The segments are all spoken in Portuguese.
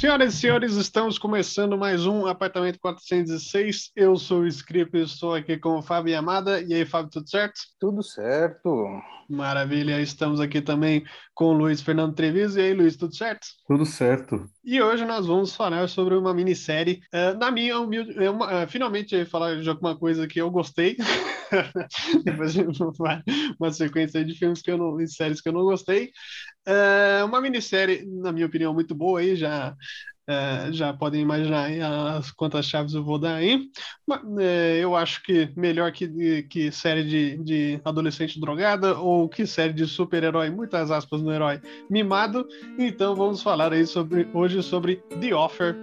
Senhoras e senhores, estamos começando mais um Apartamento 406. Eu sou o Script e estou aqui com o Fábio Yamada. E aí, Fábio, tudo certo? Tudo certo. Maravilha, estamos aqui também com o Luiz Fernando Treviso. E aí, Luiz, tudo certo? Tudo certo. E hoje nós vamos falar sobre uma minissérie. Na minha humilde, finalmente eu ia falar de alguma coisa que eu gostei. Depois de uma sequência de filmes e séries que eu não gostei. Uma minissérie, na minha opinião, muito boa aí, já podem imaginar aí quantas chaves eu vou dar aí. Eu acho que melhor que série de adolescente drogada ou que série de super-herói, muitas aspas no herói, mimado. Então vamos falar aí hoje sobre The Offer.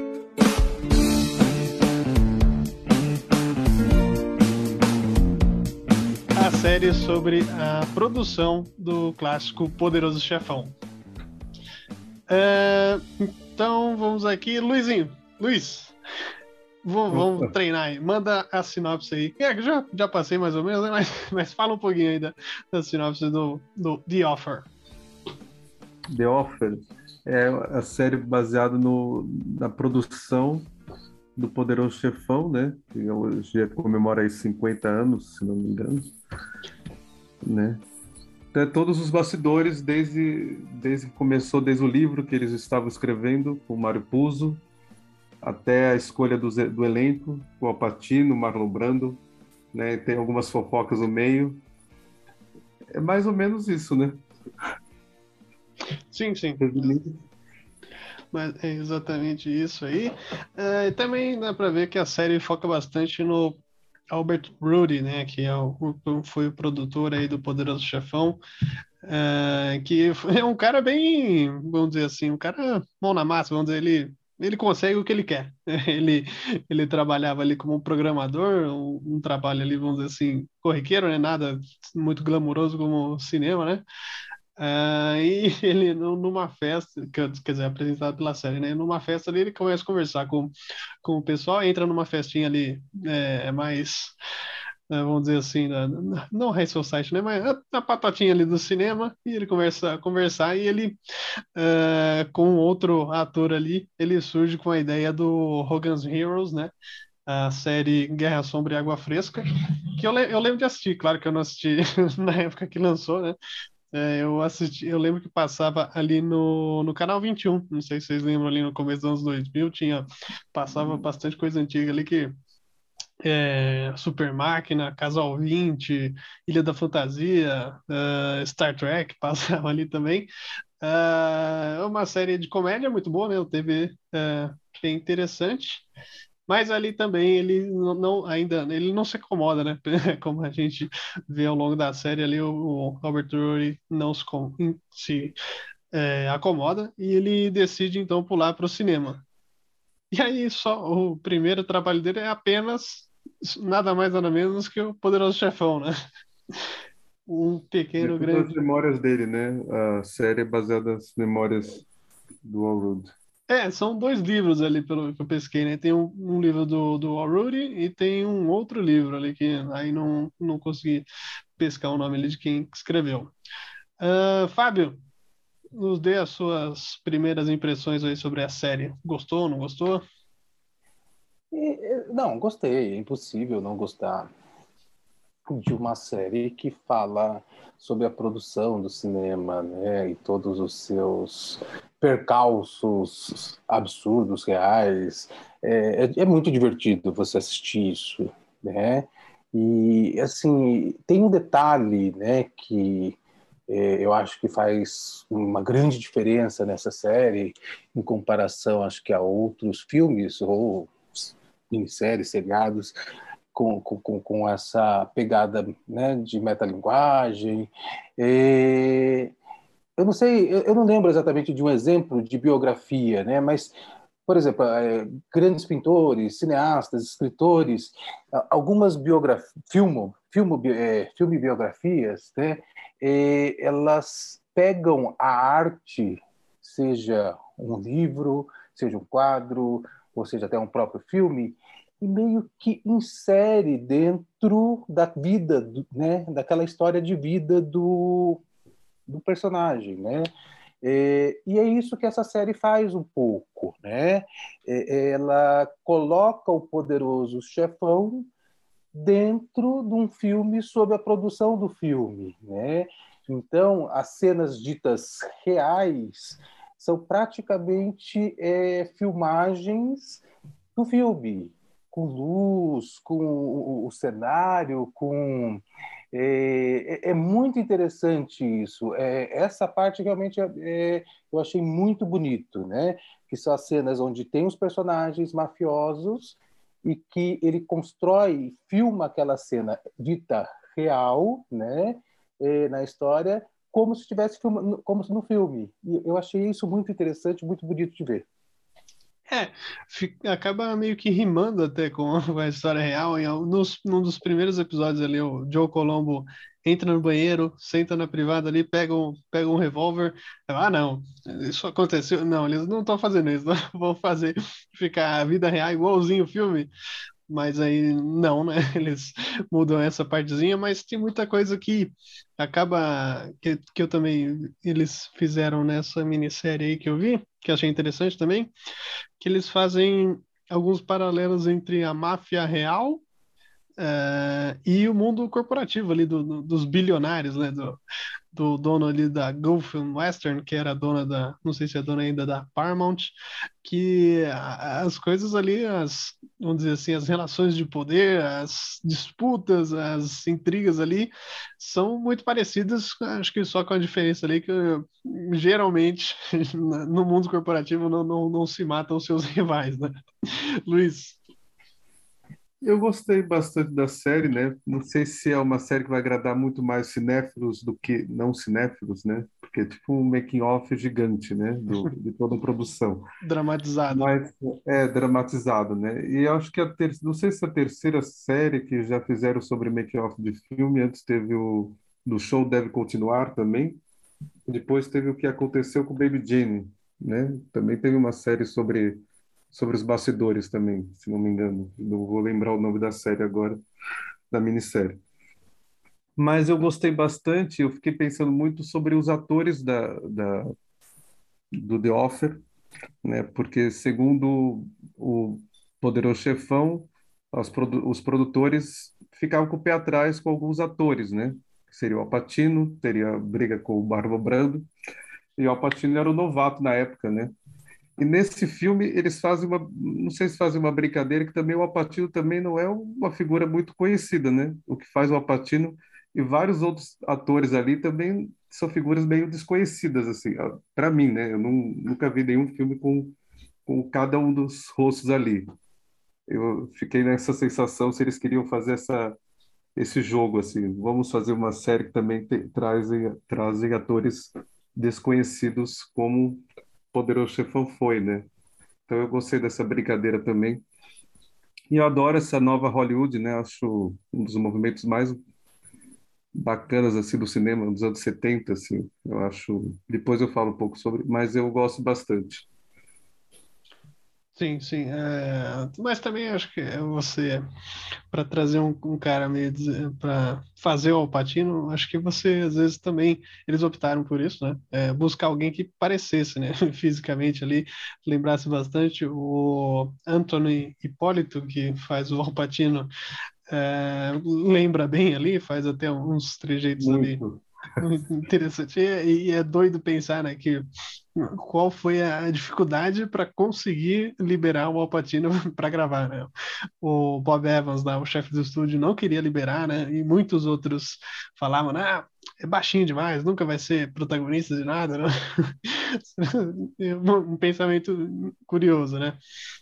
A série sobre a produção do clássico Poderoso Chefão. Então vamos aqui, Luizinho. Luiz, vamos treinar aí. Manda a sinopse aí. Já passei mais ou menos, né? Mas fala um pouquinho aí da sinopse do The Offer. The Offer é a série baseada na produção do Poderoso Chefão, né? Que hoje já comemora aí 50 anos, se não me engano. Né? Todos os bastidores, desde que começou, desde o livro que eles estavam escrevendo, com o Mário Puzo, até a escolha do elenco, o Al Pacino, o Marlon Brando, né? Tem algumas fofocas no meio. É mais ou menos isso, né? Sim. Mas é exatamente isso aí. E também dá para ver que a série foca bastante no Albert Brody, né, que foi o produtor aí do Poderoso Chefão, que é um cara bem, vamos dizer assim, um cara mão na massa, vamos dizer, ele consegue o que ele quer. Ele trabalhava ali como um programador, um trabalho ali, vamos dizer assim, corriqueiro, né, nada muito glamuroso como cinema, né? E ele, numa festa, quer dizer, apresentado pela série, né? Numa festa ali, ele começa a conversar com o pessoal, entra numa festinha ali mais, vamos dizer assim, não High Society, né? Mas a patotinha ali do cinema, e ele começa a conversar, e ele, com outro ator ali, ele surge com a ideia do Hogan's Heroes, né? A série Guerra Sombra e Água Fresca, que eu lembro de assistir, claro que eu não assisti na época que lançou, né? Eu lembro que passava ali no canal 21, não sei se vocês lembram ali no começo dos anos 2000, passava bastante coisa antiga ali que Super Máquina, Casal 20, Ilha da Fantasia, Star Trek passava ali também. É uma série de comédia muito boa, né? O TV bem interessante. Mas ali também ele ainda ele não se acomoda, né? Como a gente vê ao longo da série ali, o Albert Drury não se acomoda e ele decide então pular para o cinema. E aí só o primeiro trabalho dele é apenas nada mais nada menos que o Poderoso Chefão, né? Um É pequeno todas as grande. memórias dele, né? A série é baseada nas memórias do Allrood. São dois livros ali, pelo que eu pesquei, né? Tem um livro do Al-Rudy e tem um outro livro ali que aí não consegui pescar o nome ali de quem escreveu. Fábio, nos dê as suas primeiras impressões aí sobre a série. Gostou, não gostou? Não, gostei. É impossível não gostar de uma série que fala sobre a produção do cinema, né? E todos os seus percalços absurdos, reais. É muito divertido você assistir isso, né? E, assim, tem um detalhe, né, que eu acho que faz uma grande diferença nessa série em comparação, acho que a outros filmes ou minisséries, seriados com essa pegada, né, de metalinguagem. Eu não sei, eu não lembro exatamente de um exemplo de biografia, né, mas por exemplo, grandes pintores, cineastas, escritores, algumas filme biografias, né, elas pegam a arte, seja um livro, seja um quadro, ou seja até um próprio filme, e meio que insere dentro da vida, né, daquela história de vida do personagem, né? E é isso que essa série faz um pouco, né? Ela coloca o Poderoso Chefão dentro de um filme sobre a produção do filme, né? Então, as cenas ditas reais são praticamente filmagens do filme, com luz, com o cenário, com é muito interessante isso. Essa parte realmente eu achei muito bonito, né? Que são as cenas onde tem os personagens mafiosos e que ele constrói, filma aquela cena dita real, né? Na história, como se estivesse filmando, como se no filme. E eu achei isso muito interessante, muito bonito de ver. Acaba meio que rimando até com a história real. Num dos primeiros episódios ali, o Joe Colombo entra no banheiro, senta na privada ali, pega um revólver. Ah, não, isso aconteceu. Não, eles não estão fazendo isso, não vão fazer ficar a vida real igualzinho o filme. Mas aí não, né? Eles mudam essa partezinha, mas tem muita coisa que acaba que eu também eles fizeram nessa minissérie aí que eu vi, que eu achei interessante também, que eles fazem alguns paralelos entre a máfia real e o mundo corporativo ali dos bilionários, né? Do dono ali da Gulf Western, que era dona não sei se é dona ainda da Paramount, que as coisas ali, vamos dizer assim, as relações de poder, as disputas, as intrigas ali, são muito parecidas, acho que só com a diferença ali que geralmente no mundo corporativo não se matam os seus rivais, né? Luiz. Eu gostei bastante da série, né? Não sei se é uma série que vai agradar muito mais cinéfilos do que não cinéfilos, né? Porque é tipo um making-of gigante, né? De toda a produção. Dramatizado. Mas é dramatizado, né? E eu acho que não sei se a terceira série que já fizeram sobre making-of de filme, antes teve o do Show Deve Continuar também, e depois teve o que aconteceu com o Baby Jane, né? Também teve uma série sobre os bastidores também, se não me engano. Não vou lembrar o nome da série agora, da minissérie. Mas eu gostei bastante, eu fiquei pensando muito sobre os atores do The Offer, né? Porque segundo o Poderoso Chefão, os produtores ficavam com o pé atrás com alguns atores, né? Que seria o Al Pacino, teria briga com o Marlon Brando, e o Al Pacino era o novato na época, né? E nesse filme eles fazem não sei se fazem uma brincadeira que também o Al Pacino também não é uma figura muito conhecida, né? O que faz o Al Pacino e vários outros atores ali também são figuras meio desconhecidas assim, para mim, né? Eu nunca vi nenhum filme com cada um dos rostos ali. Eu fiquei nessa sensação se eles queriam fazer esse jogo assim, vamos fazer uma série que também trazem atores desconhecidos como Poderoso Chefão foi, né? Então eu gostei dessa brincadeira também. E eu adoro essa nova Hollywood, né? Acho um dos movimentos mais bacanas assim do cinema dos anos 70, assim. Eu acho, depois eu falo um pouco sobre, mas eu gosto bastante. Sim, sim. Mas também acho que você, para trazer um cara meio para fazer o Al Pacino, acho que você, às vezes, também, eles optaram por isso, né? Buscar alguém que parecesse, né? Fisicamente ali, lembrasse bastante o Anthony Hipólito, que faz o Al Pacino, lembra bem ali, faz até uns trejeitos ali Muito. interessante. E é doido pensar, né, que qual foi a dificuldade para conseguir liberar o Al Pacino para gravar, né? O Bob Evans, lá, o chefe do estúdio, não queria liberar, né? E muitos outros falavam, ah, é baixinho demais, nunca vai ser protagonista de nada, né? Um pensamento curioso, né?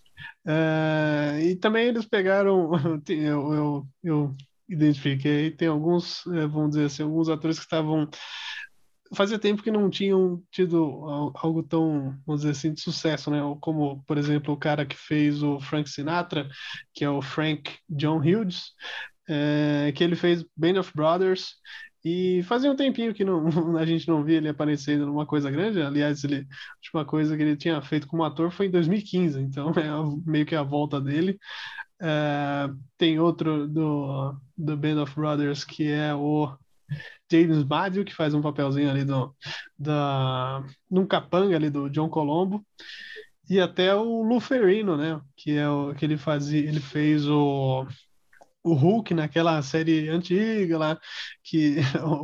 E também eles pegaram, eu identifiquei, tem alguns, vamos dizer assim, alguns atores que estavam. Fazia tempo que não tinham tido algo tão, vamos dizer assim, de sucesso, né? Como, por exemplo, o cara que fez o Frank Sinatra, que é o Frank John Hughes, que ele fez Band of Brothers, e fazia um tempinho que a gente não via ele aparecendo numa coisa grande. Aliás, a última coisa que ele tinha feito como ator foi em 2015, então meio que a volta dele. Tem outro do Band of Brothers que é o James Madio, que faz um papelzinho ali num capanga ali do John Colombo, e até o Lou Ferrigno, né? Que é o que ele fez o Hulk naquela série antiga lá, que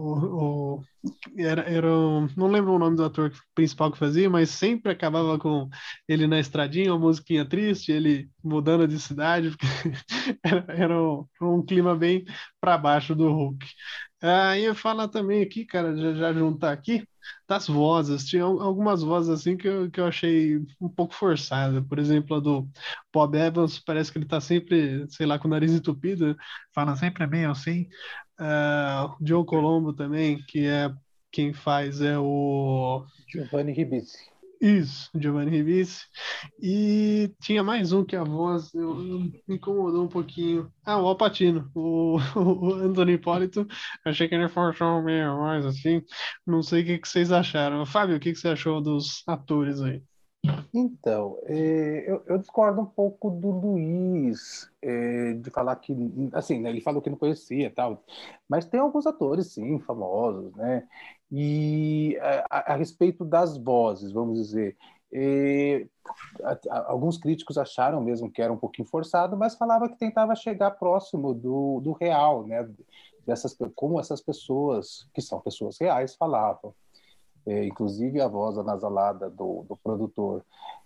não lembro o nome do ator principal que fazia, mas sempre acabava com ele na estradinha, uma musiquinha triste, ele mudando de cidade, porque era um clima bem para baixo do Hulk. Aí eu falo também aqui, cara, já juntar aqui, das vozes. Tinha algumas vozes assim que eu achei um pouco forçada. Por exemplo, a do Bob Evans, parece que ele tá sempre, sei lá, com o nariz entupido, fala sempre meio assim. O Joe Colombo também, que é quem faz é o. Giovanni Ribisi. Isso, Giovanni Ribisi. E tinha mais um que a voz me incomodou um pouquinho. O Al Pacino, o Anthony Hipólito. Achei que ele forçou meio mais assim. Não sei o que vocês acharam. Fábio, o que você achou dos atores aí? Então, eu discordo um pouco do Luiz, de falar que, assim, né, ele falou que não conhecia e tal, mas tem alguns atores, sim, famosos, né? E a respeito das vozes, vamos dizer, alguns críticos acharam mesmo que era um pouquinho forçado, mas falava que tentava chegar próximo do real, né? Como essas pessoas, que são pessoas reais, falavam. Inclusive a voz anasalada do produtor.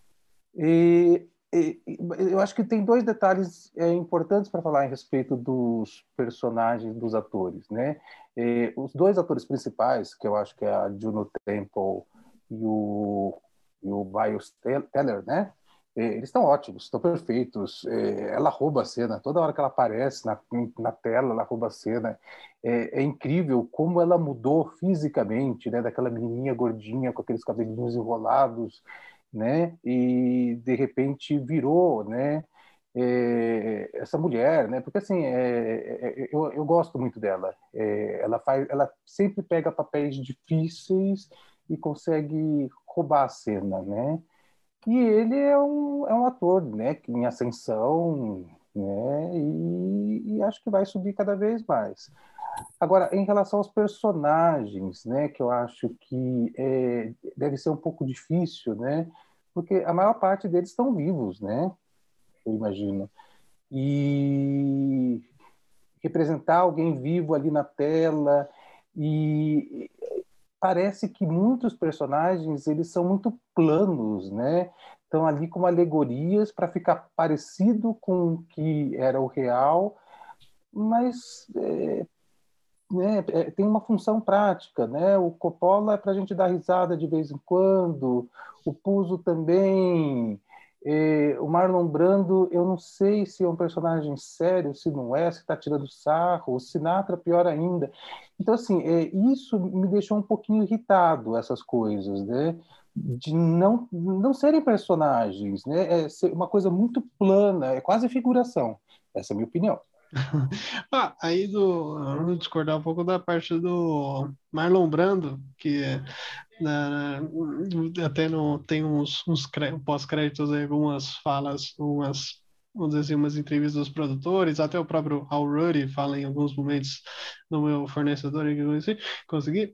Eu acho que tem dois detalhes importantes para falar a respeito dos personagens dos atores, né? Os dois atores principais, que eu acho que é a Juno Temple e o Miles Teller, né? Eles estão ótimos, estão perfeitos. Ela rouba a cena. Toda hora que ela aparece na tela, ela rouba a cena. É incrível como ela mudou fisicamente, né? Daquela menininha gordinha com aqueles cabelinhos enrolados, né? E de repente virou, né? Essa mulher, né? Porque assim, eu gosto muito dela. Ela sempre pega papéis difíceis e consegue roubar a cena, né? E ele é um ator, né, em ascensão, né, e acho que vai subir cada vez mais. Agora, em relação aos personagens, né, que eu acho que deve ser um pouco difícil, né, porque a maior parte deles estão vivos, né, eu imagino. E representar alguém vivo ali na tela e parece que muitos personagens eles são muito planos, né? Estão ali como alegorias para ficar parecido com o que era o real, mas né, tem uma função prática, né? O Coppola é para a gente dar risada de vez em quando, o Puzo também, o Marlon Brando, eu não sei se é um personagem sério, se não é, se está tirando sarro, o Sinatra pior ainda. Então, assim, isso me deixou um pouquinho irritado, essas coisas, né? De não serem personagens, né? É ser uma coisa muito plana, é quase figuração. Essa é a minha opinião. Aí vou discordar um pouco da parte do Marlon Brando, que até tem uns pós-créditos aí, algumas falas, vamos dizer assim, umas entrevistas dos produtores, até o próprio Al Ruddy fala em alguns momentos no meu fornecedor que eu consegui,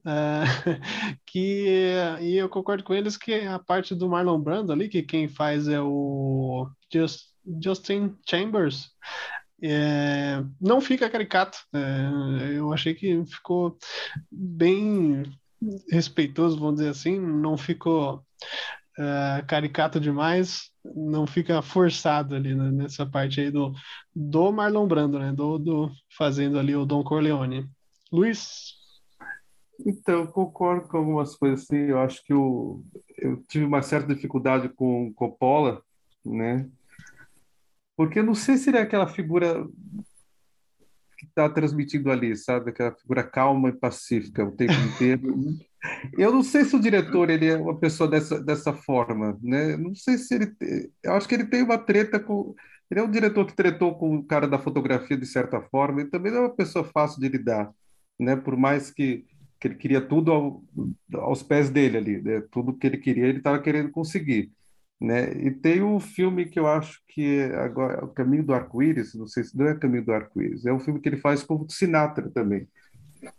e eu concordo com eles que a parte do Marlon Brando ali, que quem faz é o Justin Chambers, não fica caricato. Eu achei que ficou bem respeitoso, vamos dizer assim, não ficou caricato demais, não fica forçado ali, né, nessa parte aí do Marlon Brando, né, do fazendo ali o Don Corleone. Luiz? Então, eu concordo com algumas coisas assim. Eu acho que eu tive uma certa dificuldade com o Coppola, né? Porque eu não sei se ele é aquela figura que está transmitindo ali, sabe? Aquela figura calma e pacífica o tempo inteiro. Eu não sei se o diretor ele é uma pessoa dessa forma, né? Não sei se eu acho que ele tem uma treta com. Ele é um diretor que tretou com o cara da fotografia de certa forma. Ele também não é uma pessoa fácil de lidar, né? Por mais que ele queria tudo aos pés dele ali, né? Tudo que ele queria, ele estava querendo conseguir, né? E tem um filme que eu acho que é agora é O Caminho do Arco-Íris. Não sei se não é Caminho do Arco-Íris. É um filme que ele faz com o Sinatra também,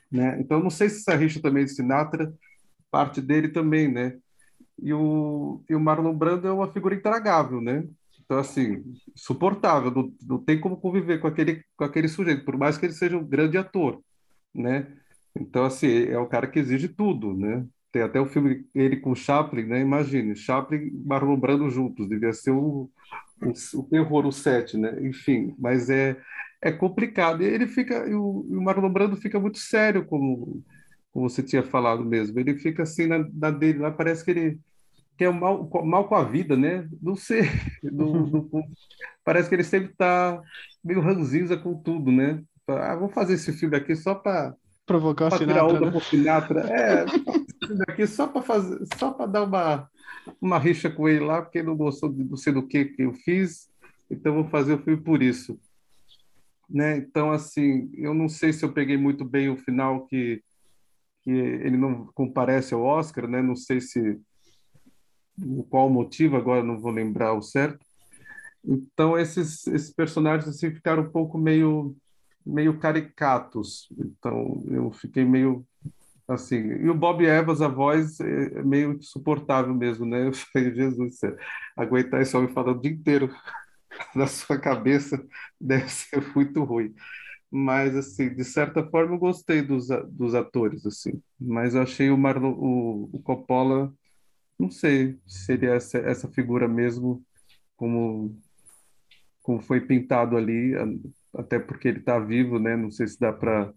né? Então, não sei se essa rixa também de Sinatra parte dele também, né? E o Marlon Brando é uma figura intragável, né? Então, assim, insuportável, não tem como conviver com aquele sujeito, por mais que ele seja um grande ator, né? Então, assim, é um cara que exige tudo, né? Tem até o filme ele com Chaplin, né? Imagine, Chaplin e Marlon Brando juntos, devia ser o terror, o set, né? Enfim, mas é complicado. E o Marlon Brando fica muito sério, como você tinha falado mesmo. Ele fica assim na dele, lá parece que ele quer o mal com a vida, né? Não sei, parece que ele sempre está meio ranzinza com tudo, né? Vou fazer esse filme aqui só para Provocar o tirar Sinatra, onda né? com o Sinatra. Vou fazer esse filme aqui só para fazer, só para dar uma rixa com ele lá, porque ele não gostou de não sei do que eu fiz, então vou fazer o filme por isso, né? Então, assim, eu não sei se eu peguei muito bem o final que ele não comparece ao Oscar, né? Não sei se qual o motivo, agora não vou lembrar o certo. Então, esses personagens assim, ficaram um pouco meio caricatos. Então, eu fiquei meio assim. E o Bob Evans, a voz, é meio insuportável mesmo, né? Eu falei, Jesus, aguentar esse homem falando o dia inteiro na sua cabeça deve ser muito ruim. Mas, assim, de certa forma, eu gostei dos atores, assim. Mas eu achei o Coppola, não sei se seria essa figura mesmo, como, como foi pintado ali, até porque ele está vivo, né? Não sei se dá para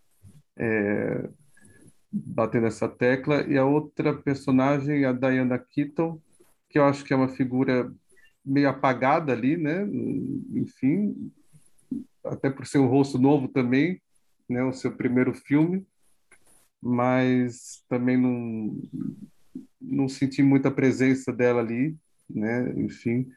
bater nessa tecla. E a outra personagem, a Diana Keaton, que eu acho que é uma figura meio apagada ali, né? Enfim, até por ser um rosto novo também, né? O seu primeiro filme, mas também não senti muita presença dela ali, né? Enfim,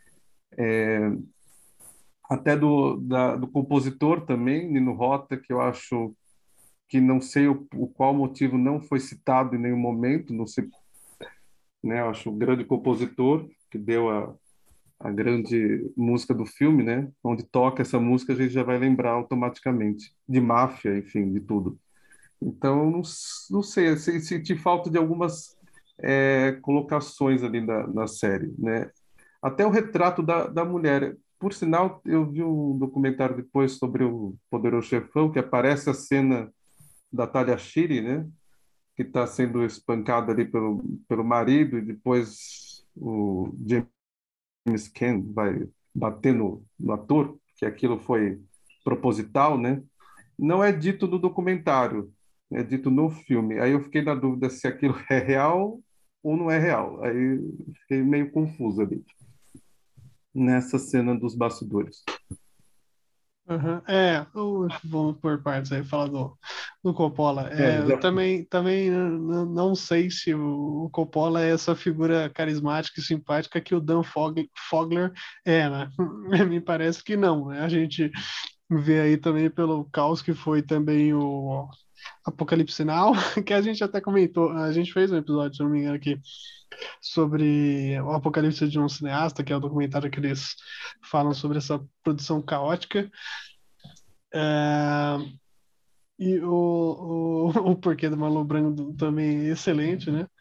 até do compositor também, Nino Rota, que eu acho que não sei o qual motivo não foi citado em nenhum momento, não sei, né? Eu acho um grande compositor que deu a grande música do filme, né? Onde toca essa música, a gente já vai lembrar automaticamente de máfia, enfim, de tudo. Então, não sei, senti falta de algumas colocações ali na série, né? Até o retrato da mulher. Por sinal, eu vi um documentário depois sobre o Poderoso Chefão, que aparece a cena da Talia Shire, né? Que está sendo espancada ali pelo marido, e depois o James Caan vai bater no ator, que aquilo foi proposital, né? Não é dito no documentário, é dito no filme. Aí eu fiquei na dúvida se aquilo é real ou não é real. Aí fiquei meio confuso ali, nessa cena dos bastidores. Uhum. Vamos por partes aí, falar do Coppola. Eu Já também não sei se o Coppola é essa figura carismática e simpática que o Dan Fogler é, né? Me parece que não, né? A gente vê aí também pelo caos que foi também o Apocalipse Now, que a gente até comentou, a gente fez um episódio, se não me engano, aqui, sobre o Apocalipse de um Cineasta, que é o documentário que eles falam sobre essa produção caótica. É, e o porquê do Marlon Brando também é excelente, né?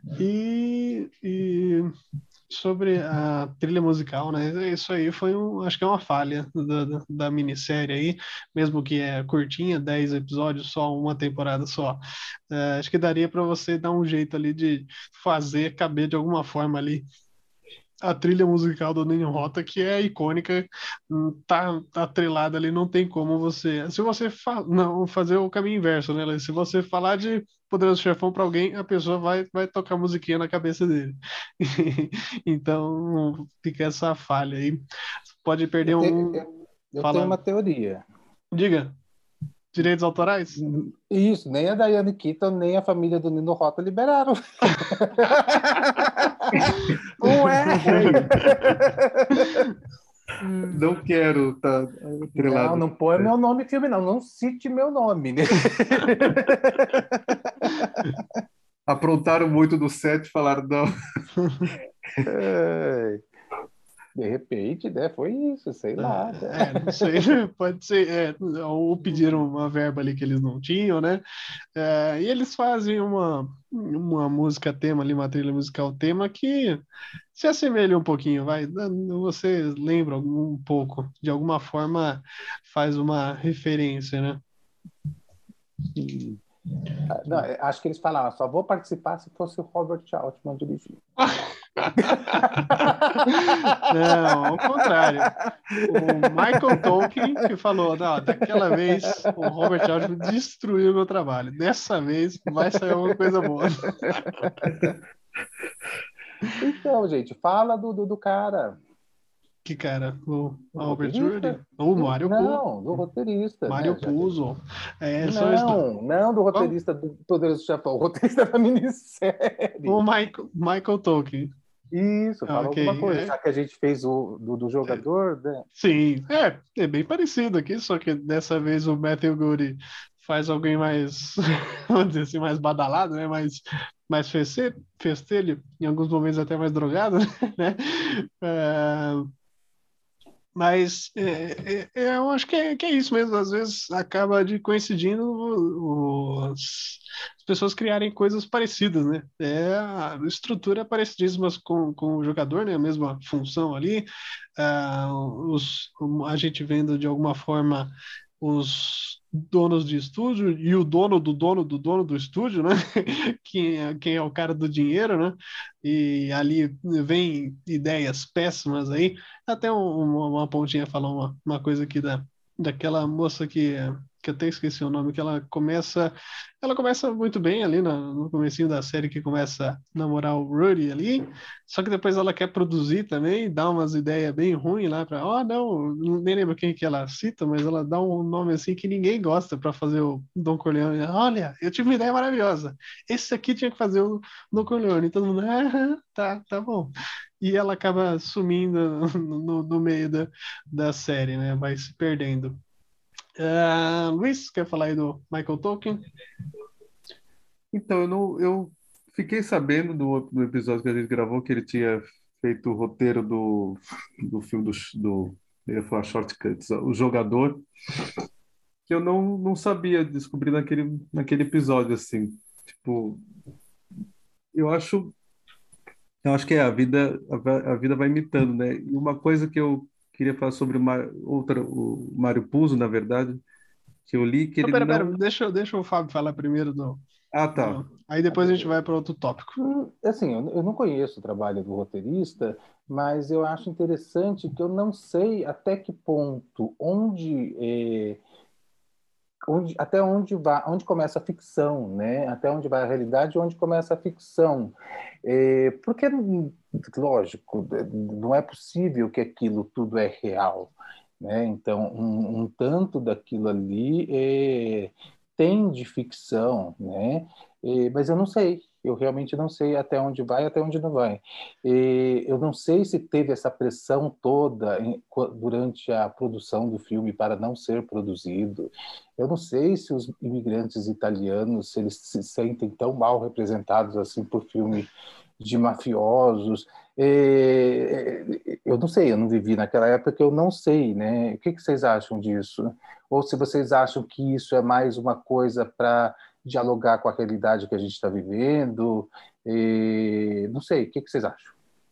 E sobre a trilha musical, né? Isso aí foi acho que é uma falha da minissérie aí, mesmo que é curtinha, 10 episódios, só uma temporada só. Acho que daria para você dar um jeito ali de fazer caber de alguma forma ali a trilha musical do Nino Rota, que é icônica, tá atrelada ali, não tem como você. Se você não fazer o caminho inverso, né, Lê? Se você falar de Poderoso Chefão para alguém, a pessoa vai tocar musiquinha na cabeça dele. Então fica essa falha aí. Pode perder Eu, te, um. eu tenho Fala, uma teoria. diga, direitos autorais? Isso, nem a Diane Keaton, nem a família do Nino Rota liberaram. Ué! não quero estar Não, atrelado. não põe meu nome em filme, não. Não cite meu nome. Né? Aprontaram muito do set, falaram, não. É. De repente, né? Foi isso, sei lá. Não sei, né? Pode ser, ou pediram uma verba ali que eles não tinham, né? E eles fazem uma música tema ali, uma trilha musical tema que se assemelha um pouquinho, vai. Você lembra um pouco, de alguma forma faz uma referência, né? Não, acho que eles falaram, só vou participar se fosse o Robert Altman dirigindo. Não, ao contrário. O Michael Tolkien que falou, não, daquela vez o Robert Altman destruiu meu trabalho. Dessa vez vai sair alguma coisa boa. Então, gente, fala do cara. Que cara? O Do Albert Rudy? roteirista? O Mário Puzo. Não, do roteirista, Mário né? Puzo. Não do roteirista do Poderoso Chefão, o roteirista da minissérie. O Michael Tolkien. Isso, fala Ok, alguma coisa. Já que a gente fez o do jogador, né? Sim, é bem parecido aqui, só que dessa vez o Matthew Goody faz alguém mais, vamos dizer assim, mais badalado, né? Mais festelho, em alguns momentos até mais drogado, né? Mas eu acho que é isso mesmo. Às vezes acaba de coincidindo as pessoas criarem coisas parecidas, né? A estrutura é parecidíssima com o jogador, né? A mesma função ali. Ah, a gente vendo de alguma forma os donos de estúdio e o dono do dono do dono do estúdio, né? Quem é o cara do dinheiro, né? E ali vem ideias péssimas aí. Até uma pontinha falar uma coisa aqui daquela moça que eu até esqueci o nome, que ela começa muito bem ali no comecinho da série, que começa a namorar o Rudy ali, só que depois ela quer produzir também, dá umas ideias bem ruins lá não, nem lembro quem que ela cita, mas ela dá um nome assim que ninguém gosta para fazer o Don Corleone. Olha, eu tive uma ideia maravilhosa, esse aqui tinha que fazer o Don Corleone, e todo mundo, tá bom. E ela acaba sumindo no meio da série, né? Vai se perdendo. Luiz, quer falar aí do Michael Tolkien? Então, eu fiquei sabendo do episódio que a gente gravou que ele tinha feito o roteiro do filme eu ia falar Shortcuts, ó, O Jogador, que eu não sabia, descobri naquele episódio, assim. Tipo, eu acho que a vida vai imitando, né? E uma coisa que eu queria falar sobre o Mário Puzo, na verdade, que eu li que Não, ele pera, não. deixa o Fábio falar primeiro Ah, tá. aí depois a gente vai para outro tópico. Assim, eu não conheço o trabalho do roteirista, mas eu acho interessante que eu não sei até que ponto, até onde começa a ficção, né? Até onde vai a realidade e onde começa a ficção. Porque, lógico, não é possível que aquilo tudo é real, né? Então, um tanto daquilo ali tem de ficção, né? Mas eu não sei. Eu realmente não sei até onde vai, até onde não vai. Eu não sei se teve essa pressão toda durante a produção do filme para não ser produzido. Eu não sei se os imigrantes italianos, se eles se sentem tão mal representados assim por filme de mafiosos. Eu não sei, eu não vivi naquela época, eu não sei, né? O que vocês acham disso? Ou se vocês acham que isso é mais uma coisa para dialogar com a realidade que a gente está vivendo? Não sei, o que vocês acham?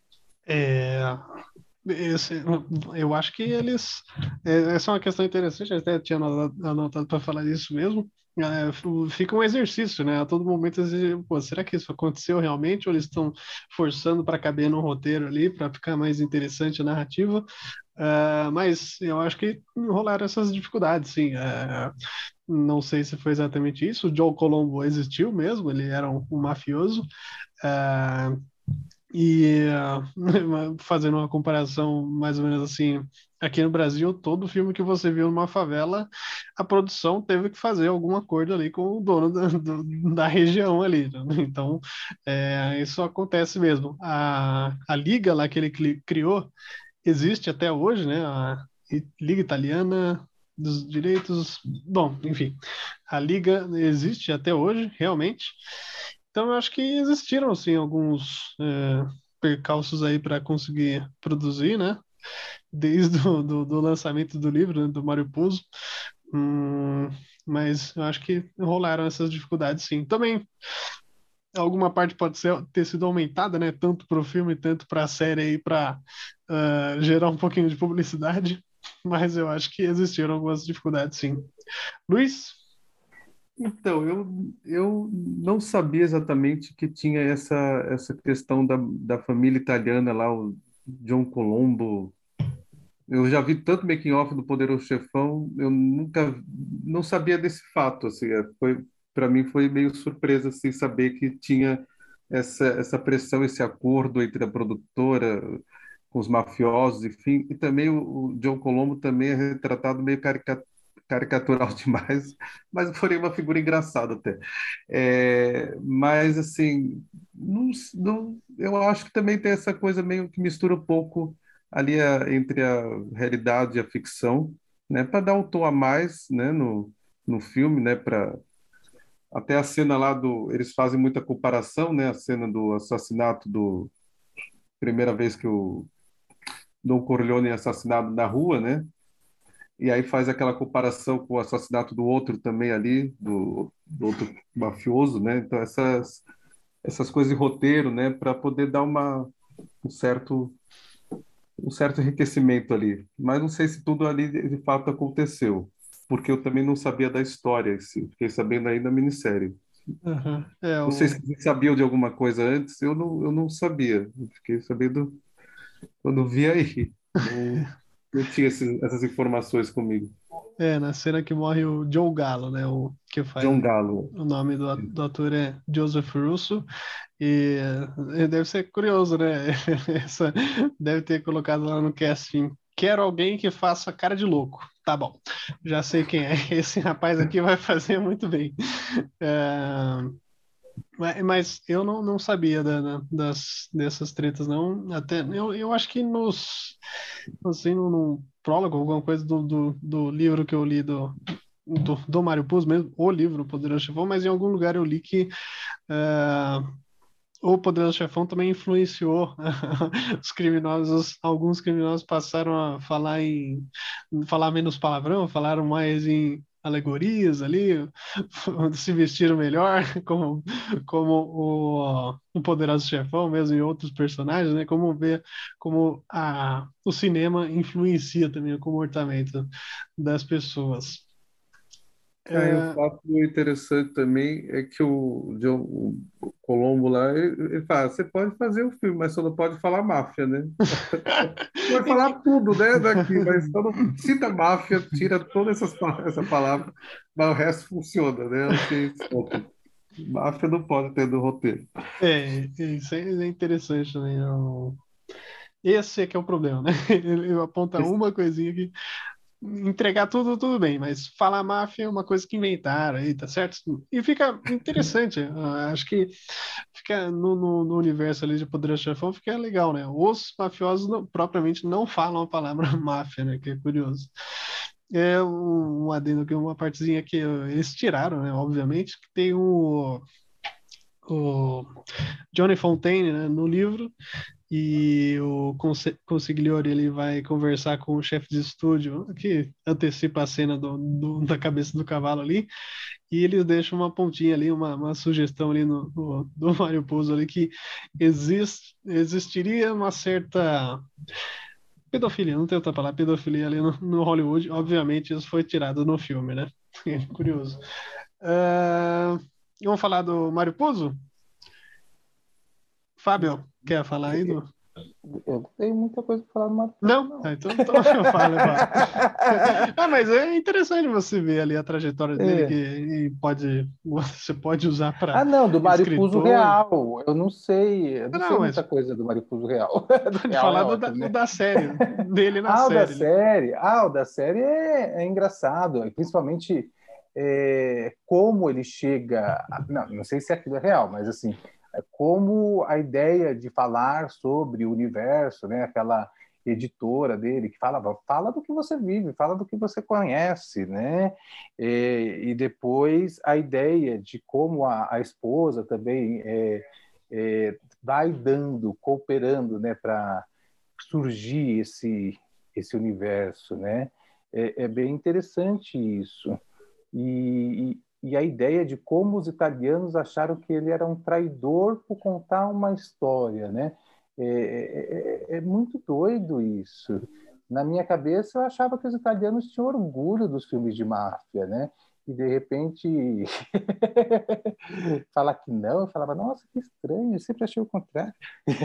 Eu acho que eles. Essa é uma questão interessante, eu até tinha anotado para falar disso mesmo. Fica um exercício, né? A todo momento, pô, será que isso aconteceu realmente? Ou eles estão forçando para caber no roteiro ali, para ficar mais interessante a narrativa? Mas eu acho que rolaram essas dificuldades, sim. Não sei se foi exatamente isso. O Joe Colombo existiu mesmo, ele era um mafioso. Uh, e fazendo uma comparação mais ou menos assim, aqui no Brasil, todo filme que você viu numa favela, a produção teve que fazer algum acordo ali com o dono da região ali, né? Então, isso acontece mesmo. A liga lá que ele criou existe até hoje, né? A Liga Italiana dos Direitos. Bom, enfim, a liga existe até hoje, realmente. Então, eu acho que existiram, sim, alguns percalços aí para conseguir produzir, né? desde do lançamento do livro, né, do Mário Puzo. Mas eu acho que rolaram essas dificuldades, sim. Também alguma parte pode ter sido aumentada, né? Tanto para o filme, tanto para a série aí, para gerar um pouquinho de publicidade. Mas eu acho que existiram algumas dificuldades, sim. Luiz? Então, eu não sabia exatamente que tinha essa questão da família italiana lá, o John Colombo. Eu já vi tanto making-off do Poderoso Chefão, eu nunca, não sabia desse fato, assim, para mim foi meio surpresa, assim, saber que tinha essa pressão, esse acordo entre a produtora com os mafiosos, enfim, e também o John Colombo também é retratado meio caricatural demais, mas foi uma figura engraçada até. Mas, assim, eu acho que também tem essa coisa meio que mistura um pouco ali entre a realidade e a ficção, né, para dar um tom a mais, né, no filme, né, para até a cena lá eles fazem muita comparação, né, a cena do assassinato do primeira vez que o Don Corleone é assassinado na rua, né? E aí faz aquela comparação com o assassinato do outro também ali, do outro mafioso, né? Então essas coisas de roteiro, né, para poder dar um certo um certo enriquecimento ali. Mas não sei se tudo ali de fato aconteceu, porque eu também não sabia da história, assim. Fiquei sabendo aí da minissérie. Uhum. É, Não sei se vocês sabiam de alguma coisa antes, eu não sabia. Eu fiquei sabendo quando vi aí. Não tinha essas informações comigo. na cena que morre o Joe Gallo, né? O que faz. John Gallo. O nome do ator é Joseph Russo. E deve ser curioso, né? Essa, deve ter colocado lá no casting. Quero alguém que faça cara de louco. Tá bom, já sei quem é. Esse rapaz aqui vai fazer muito bem. É, mas eu não sabia dessas tretas, não. Até, eu acho que assim, no prólogo, alguma coisa do livro que eu li do Mário Puzo mesmo, o livro Poderoso Chefão, mas em algum lugar eu li que o Poderoso Chefão também influenciou os criminosos. Alguns criminosos passaram a falar menos palavrão, falaram mais em alegorias ali, se vestiram melhor, como o Poderoso Chefão, mesmo em outros personagens, né? Como ver como o cinema influencia também o comportamento das pessoas. Aí o É, fato interessante também é que o Colombo lá, ele fala, você pode fazer o filme, mas só não pode falar máfia, né? Vai falar tudo, né, daqui, mas só não cita máfia, tira essa palavra, mas o resto funciona, né? Eu achei isso ótimo. Máfia não pode ter no roteiro. isso é interessante também. Esse é que é o problema, né? Ele aponta uma coisinha que entregar tudo bem, mas falar máfia é uma coisa que inventaram aí, tá certo? E fica interessante. Acho que fica no universo ali de Poderoso Chefão fica legal, né? Os mafiosos propriamente não falam a palavra máfia, né? Que é curioso. É um adendo aqui, uma partezinha que eles tiraram, né? Obviamente, que tem o Johnny Fontaine, né, no livro, e o Consigliore ele vai conversar com o chefe de estúdio, que antecipa a cena da cabeça do cavalo ali, e eles deixam uma pontinha ali, uma sugestão ali do Mário Puzo ali, que existiria uma certa pedofilia, não tem outra palavra, pedofilia ali no Hollywood, obviamente isso foi tirado no filme, né? Curioso. Uh, vamos falar do Mário Puzo? Fábio, quer falar aí do... Eu não tenho muita coisa para falar do Marcos, Não? não. Então eu falo, eu falo. Mas é interessante você ver ali a trajetória dele É. que você pode usar para Ah, não, do Maripuso escritor. Real. Eu Ah, não sei não, mas muita coisa do Maripuso Real. Do pode Real é falar ótimo, o né? da série, dele na Ah, o da série ali. série. Ah, o da série é engraçado. E principalmente como ele chega. Não sei se aquilo é real, mas assim, como a ideia de falar sobre o universo, né? Aquela editora dele que fala do que você vive, fala do que você conhece, né? E depois a ideia de como a esposa também vai dando, cooperando, né? surgir esse universo, né? É bem interessante isso. E a ideia de como os italianos acharam que ele era um traidor por contar uma história, né? É muito doido isso. Na minha cabeça, eu achava que os italianos tinham orgulho dos filmes de máfia, né? E, de repente, falar que não, eu falava, nossa, que estranho, eu sempre achei o contrário.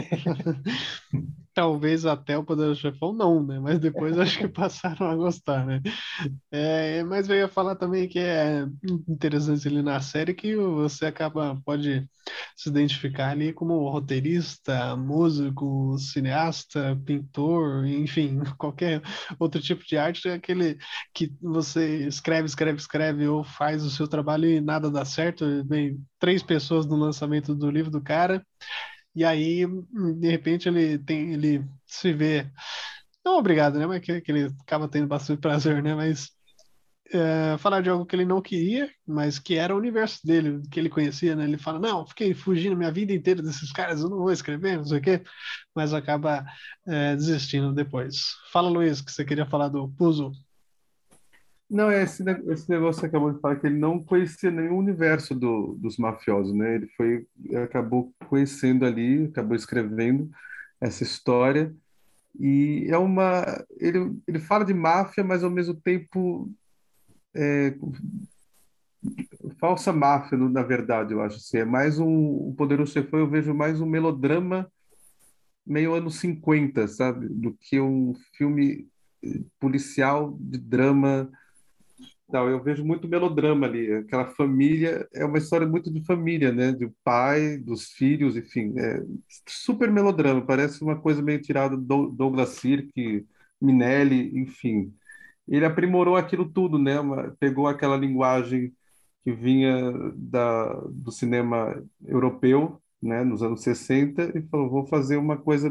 Talvez até o Poderoso Chefão não, né? Mas depois acho que passaram a gostar, né? Mas eu ia falar também que é interessante ali na série que você pode se identificar ali como roteirista, músico, cineasta, pintor, enfim, qualquer outro tipo de arte, é aquele que você escreve ou faz o seu trabalho e nada dá certo, vem 3 pessoas no lançamento do livro do cara. E aí, de repente, ele se vê, não obrigado, né? Mas que ele acaba tendo bastante prazer, né? Mas falar de algo que ele não queria, mas que era o universo dele, que ele conhecia, né? Ele fala, não, fiquei fugindo minha vida inteira desses caras, eu não vou escrever, não sei o quê, mas acaba desistindo depois. Fala, Luiz, que você queria falar do Puzo. Não, esse negócio que você acabou de falar que ele não conhecia nenhum universo dos mafiosos, né? Acabou conhecendo ali, acabou escrevendo essa história e ele fala de máfia, mas ao mesmo tempo é, falsa máfia, na verdade, eu acho assim. É mais o Poderoso Chefão, eu vejo mais um melodrama meio anos 50, sabe? Do que um filme policial de drama. Não, eu vejo muito melodrama ali. Aquela família é uma história muito de família, né? Do pai, dos filhos, enfim. É super melodrama. Parece uma coisa meio tirada do Douglas Sirk, Minelli, enfim. Ele aprimorou aquilo tudo, né? Pegou aquela linguagem que vinha do cinema europeu, né? Nos anos 60 e falou: vou fazer uma coisa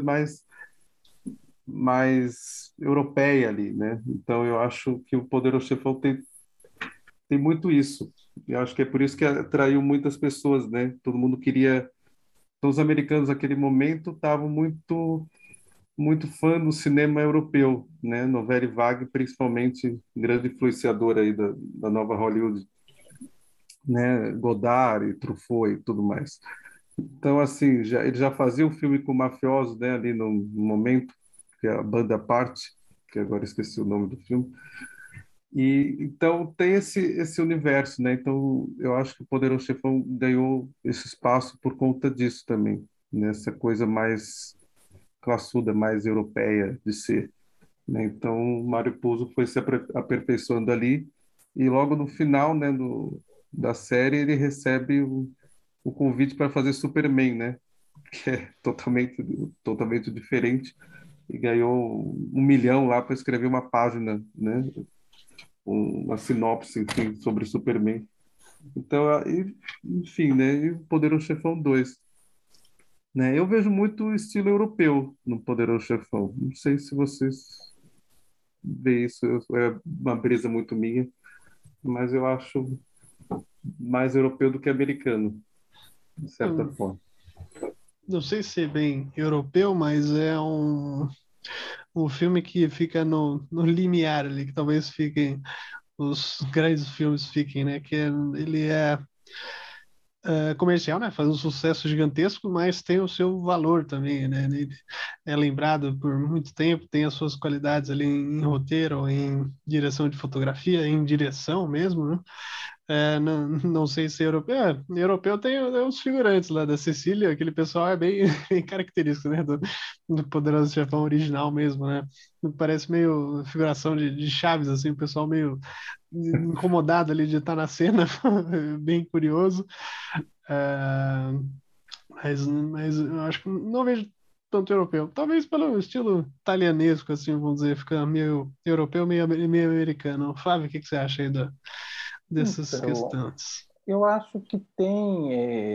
mais europeia ali, né? Então eu acho que o Poderoso Chefão tem muito isso. Eu acho que é por isso que atraiu muitas pessoas, né? Todo mundo queria. Então, os americanos naquele momento estavam muito fã do cinema europeu, né? Nouvelle Vague, principalmente, grande influenciador aí da nova Hollywood, né? Godard e Truffaut e tudo mais. Então, assim, ele já fazia um filme com mafiosos, né? Ali no momento, que é a Banda à Parte, que agora esqueci o nome do filme. E então tem esse universo, né? Então eu acho que o Poderoso Chefão ganhou esse espaço por conta disso também, nessa coisa mais classuda, mais europeia de ser, né? Então o Mário Puzo foi se aperfeiçoando ali e logo no final, né, da série ele recebe o convite para fazer Superman, né? Que é totalmente diferente e ganhou 1 milhão lá para escrever uma página, né? Uma sinopse, enfim, sobre Superman. Então, enfim, né? E o Poderoso Chefão 2, né? Eu vejo muito o estilo europeu no Poderoso Chefão. Não sei se vocês veem isso, é uma brisa muito minha, mas eu acho mais europeu do que americano, de certa Eu forma. não sei se é bem europeu, mas é um filme que fica no limiar ali, que talvez fiquem os grandes filmes fiquem, né? Ele é comercial, né? Faz um sucesso gigantesco, mas tem o seu valor também, né? Ele é lembrado por muito tempo, tem as suas qualidades ali em roteiro, em direção de fotografia, em direção mesmo, né? Não sei se é europeu. Europeu tem os figurantes lá da Sicília, aquele pessoal é bem, bem característico, né? Do Poderoso Chefão original mesmo, né? Parece meio figuração de Chaves, assim, o pessoal meio incomodado ali de estar na cena, bem curioso. É, mas eu acho que não vejo tanto europeu. Talvez pelo estilo italianesco, assim, vamos dizer, fica meio europeu, meio americano. Flávio, o que você acha aí dessas Então, questões? eu acho que tem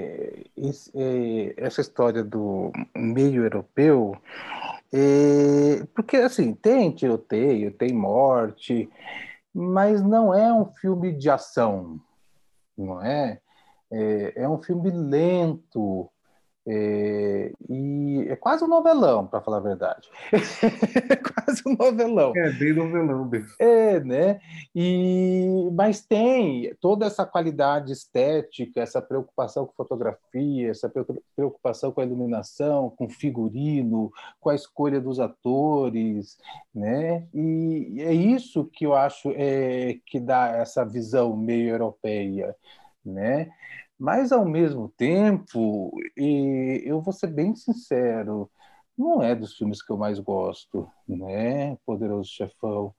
essa história do meio europeu, porque assim, tem tiroteio, tem morte, mas não é um filme de ação, não é? É um filme lento, E é quase um novelão, para falar a verdade. É quase um novelão. É, bem novelão mesmo. Né? Mas tem toda essa qualidade estética, essa preocupação com fotografia, essa preocupação com a iluminação, com o figurino, com a escolha dos atores, né? E é isso que eu acho que dá essa visão meio europeia, né? Mas, ao mesmo tempo, eu vou ser bem sincero, não é dos filmes que eu mais gosto, né? Poderoso Chefão.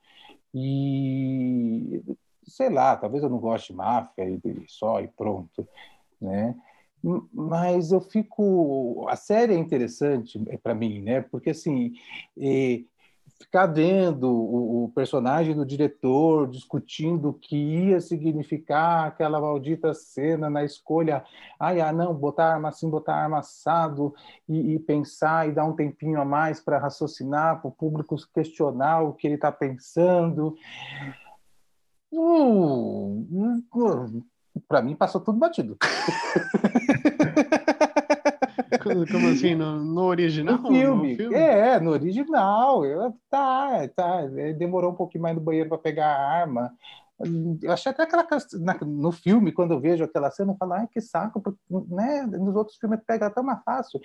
E, sei lá, talvez eu não goste de máfia e só e pronto, né? Mas eu fico... A série é interessante para mim, né? Porque, assim, ficar vendo o personagem do diretor discutindo o que ia significar aquela maldita cena na escolha, não, botar arma assim, botar arma assado, e pensar e dar um tempinho a mais para raciocinar, para o público questionar o que ele está pensando. Para mim passou tudo batido. Como assim? No original? No filme. No filme? No original. Demorou um pouquinho mais no banheiro para pegar a arma. Eu achei até no filme, quando eu vejo aquela cena, eu falo, ai, que saco, porque, né? Nos outros filmes pega tão mais fácil.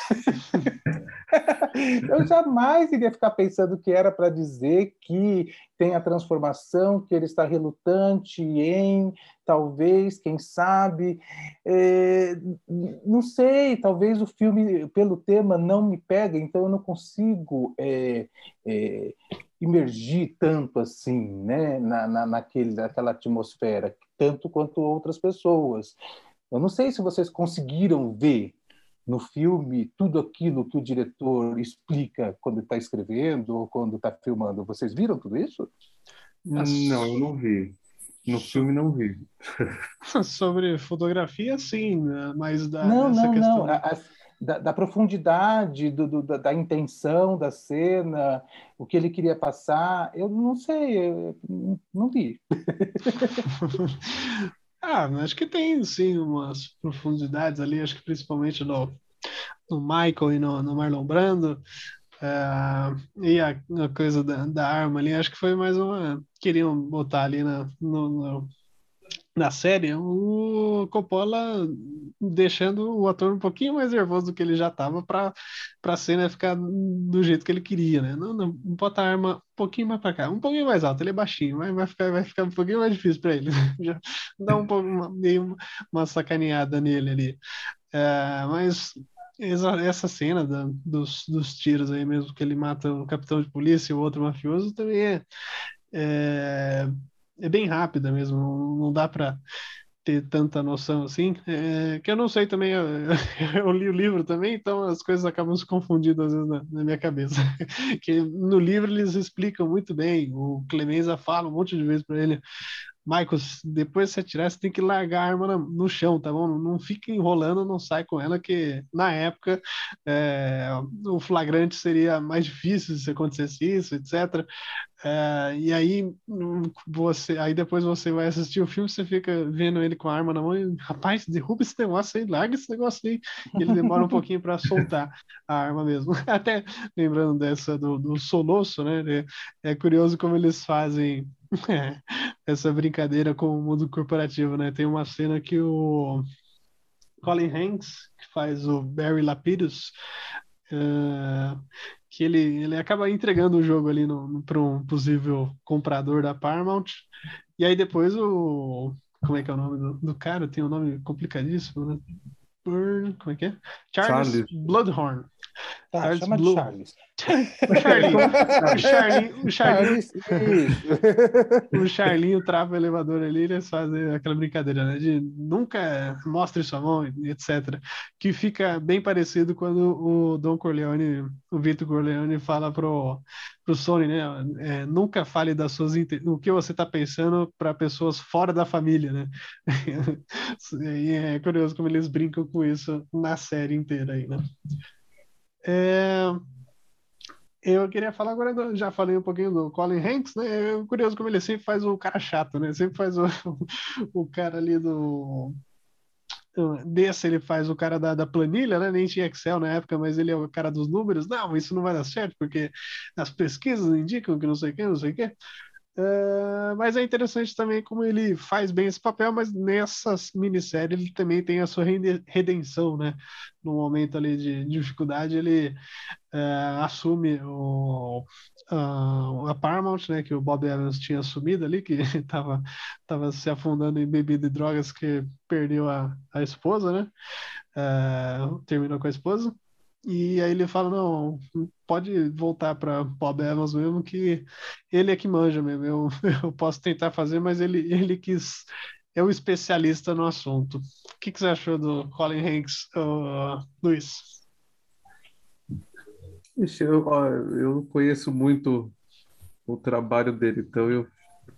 Eu jamais iria ficar pensando que era para dizer que tem a transformação, que ele está relutante em, talvez, quem sabe, não sei, talvez o filme, pelo tema, não me pega, então eu não consigo imergir tanto assim, né, naquela atmosfera, tanto quanto outras pessoas. Eu não sei se vocês conseguiram ver no filme tudo aquilo que o diretor explica quando está escrevendo ou quando está filmando. Vocês viram tudo isso? Não, eu não vi. No filme não vi. Sobre fotografia, sim, né? Mas Não, dessa não, não. questão. Da profundidade, da intenção da cena, o que ele queria passar, eu não sei, eu não vi. Acho que tem, sim, umas profundidades ali, acho que principalmente no Michael e no Marlon Brando. E a coisa da arma ali, acho que foi mais uma. Queriam botar ali na série o Coppola deixando o ator um pouquinho mais nervoso do que ele já estava para a cena ficar do jeito que ele queria, né? Não bota a arma um pouquinho mais para cá, um pouquinho mais alto, ele é baixinho, vai ficar um pouquinho mais difícil para ele. Já dá um pouco, meio uma sacaneada nele ali. Mas essa cena dos tiros aí mesmo, que ele mata o capitão de polícia e o outro mafioso, também é, é bem rápida mesmo, não dá para ter tanta noção assim. Que eu não sei também, eu li o livro também, então as coisas acabam se confundindo às vezes na minha cabeça. Que no livro eles explicam muito bem, o Clemenza fala um monte de vezes para ele: Michael, depois que você atirar, você tem que largar a arma no chão, tá bom? Não fica enrolando, não sai com ela, que na época o flagrante seria mais difícil se acontecesse isso, etc. E aí aí depois você vai assistir o filme, você fica vendo ele com a arma na mão e, rapaz, derruba esse negócio aí, larga esse negócio aí. E ele demora um pouquinho para soltar a arma mesmo. Até lembrando dessa do soluço, né? É curioso como eles fazem essa brincadeira com o mundo corporativo, né? Tem uma cena que o Colin Hanks, que faz o Barry Lapidus, que ele acaba entregando o jogo ali para um possível comprador da Paramount. E aí depois como é que é o nome do cara? Tem um nome complicadíssimo, né? Como é que é? Charles Bloodhorn. Charles Chama de Blue. Charles. O Charles, o Charlinho trava o elevador ali, eles fazem aquela brincadeira, né? De nunca mostre sua mão, etc. Que fica bem parecido quando o Don Corleone, o Vito Corleone, fala pro Sony, né? Nunca fale o que você está pensando para pessoas fora da família, né? E é curioso como eles brincam com isso na série inteira aí, né? Eu queria falar agora, já falei um pouquinho do Colin Hanks, né? É curioso como ele sempre faz o cara chato, né? Sempre faz o cara ali desse ele faz o cara da planilha, né? Nem tinha Excel na época, mas ele é o cara dos números. Não, isso não vai dar certo, porque as pesquisas indicam que não sei o que, não sei o que. Mas é interessante também como ele faz bem esse papel, mas nessa minissérie ele também tem a sua redenção, né? No momento ali de dificuldade, ele assume a Paramount, né? Que o Bob Evans tinha assumido ali, que estava se afundando em bebida e drogas, que perdeu a esposa, né? Terminou com a esposa. E aí ele fala, não, pode voltar para Bob Evans mesmo, que ele é que manja mesmo. Eu posso tentar fazer, mas ele quis, é o especialista no assunto. O que você achou do Colin Hanks, Luiz? Ixi, eu não conheço muito o trabalho dele, então eu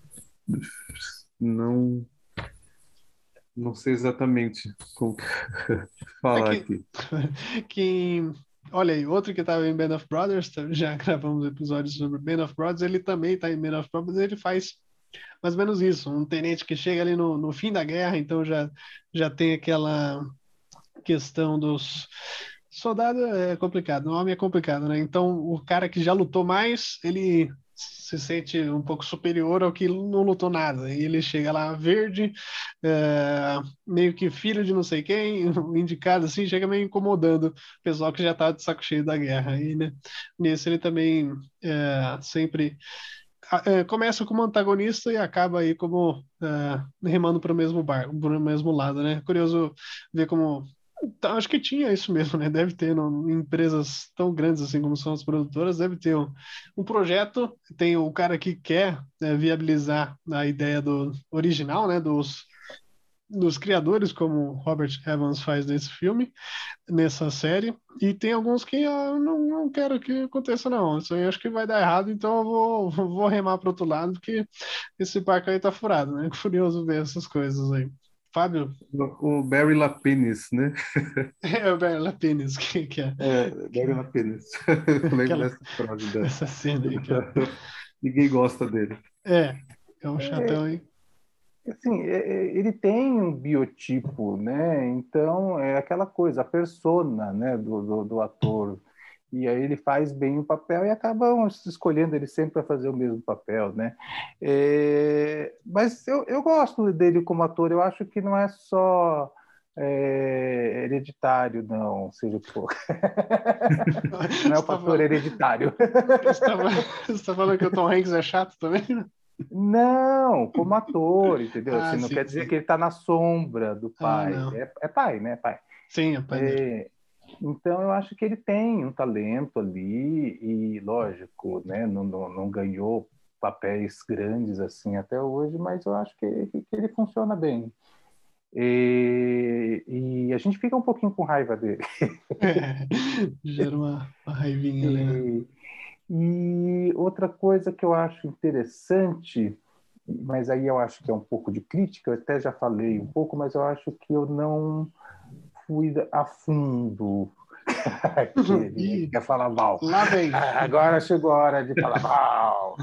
não, não sei exatamente como É falar que, aqui. que olha aí, outro que estava em Band of Brothers, já gravamos episódios sobre Band of Brothers, ele também está em Band of Brothers, ele faz mais ou menos isso, um tenente que chega ali no fim da guerra, então já tem aquela questão dos soldado é complicado, o homem é complicado, né? Então o cara que já lutou mais, ele se sente um pouco superior ao que não lutou nada. E ele chega lá verde, meio que filho de não sei quem, indicado assim, chega meio incomodando o pessoal que já tá de saco cheio da guerra. E, né, nesse ele também sempre começa como antagonista e acaba aí como remando para o mesmo barco, para o mesmo lado, né? Curioso ver como então, acho que tinha isso mesmo, né? Deve ter em empresas tão grandes assim como são as produtoras, deve ter um projeto, tem o cara que quer viabilizar a ideia do original, né? Dos criadores, como Robert Evans faz nesse filme, nessa série, e tem alguns que eu não quero que aconteça, não. Isso aí acho que vai dar errado, então eu vou remar para outro lado, porque esse barco aí tá furado, né? Curioso ver essas coisas aí. Fábio? O Barry Lapines, né? É o Bela Pênis, que é Barry Lapines. Eu lembro aquela, dessa frase dela. essa cena aí que é. Ninguém gosta dele. É, é um É, chatão aí. assim, ele tem um biotipo, né? Então é aquela coisa, a persona, né, do ator. E aí ele faz bem o papel e acabam escolhendo ele sempre para fazer o mesmo papel, né? Mas eu gosto dele como ator. Eu acho que não é só hereditário, não, seja o que for. Não é o Você tá fator falando, hereditário. você tá, você tá falando que o Tom Hanks é chato também? Não, como ator, entendeu? Ah, Assim, não quer sim, dizer sim. que ele está na sombra do Ah, pai. não. É pai, né? Pai. Sim, é pai dele. É, então eu acho que ele tem um talento ali e, lógico, né? Não ganhou papéis grandes assim até hoje, mas eu acho que ele funciona bem. E a gente fica um pouquinho com raiva dele. É, gera uma raivinha ali, né? E, e outra coisa que eu acho interessante, mas aí eu acho que é um pouco de crítica, eu até já falei um pouco, mas eu acho que eu não fui a fundo aquele, né, que Ih, quer falar mal. lá vem. Agora chegou a hora de falar mal.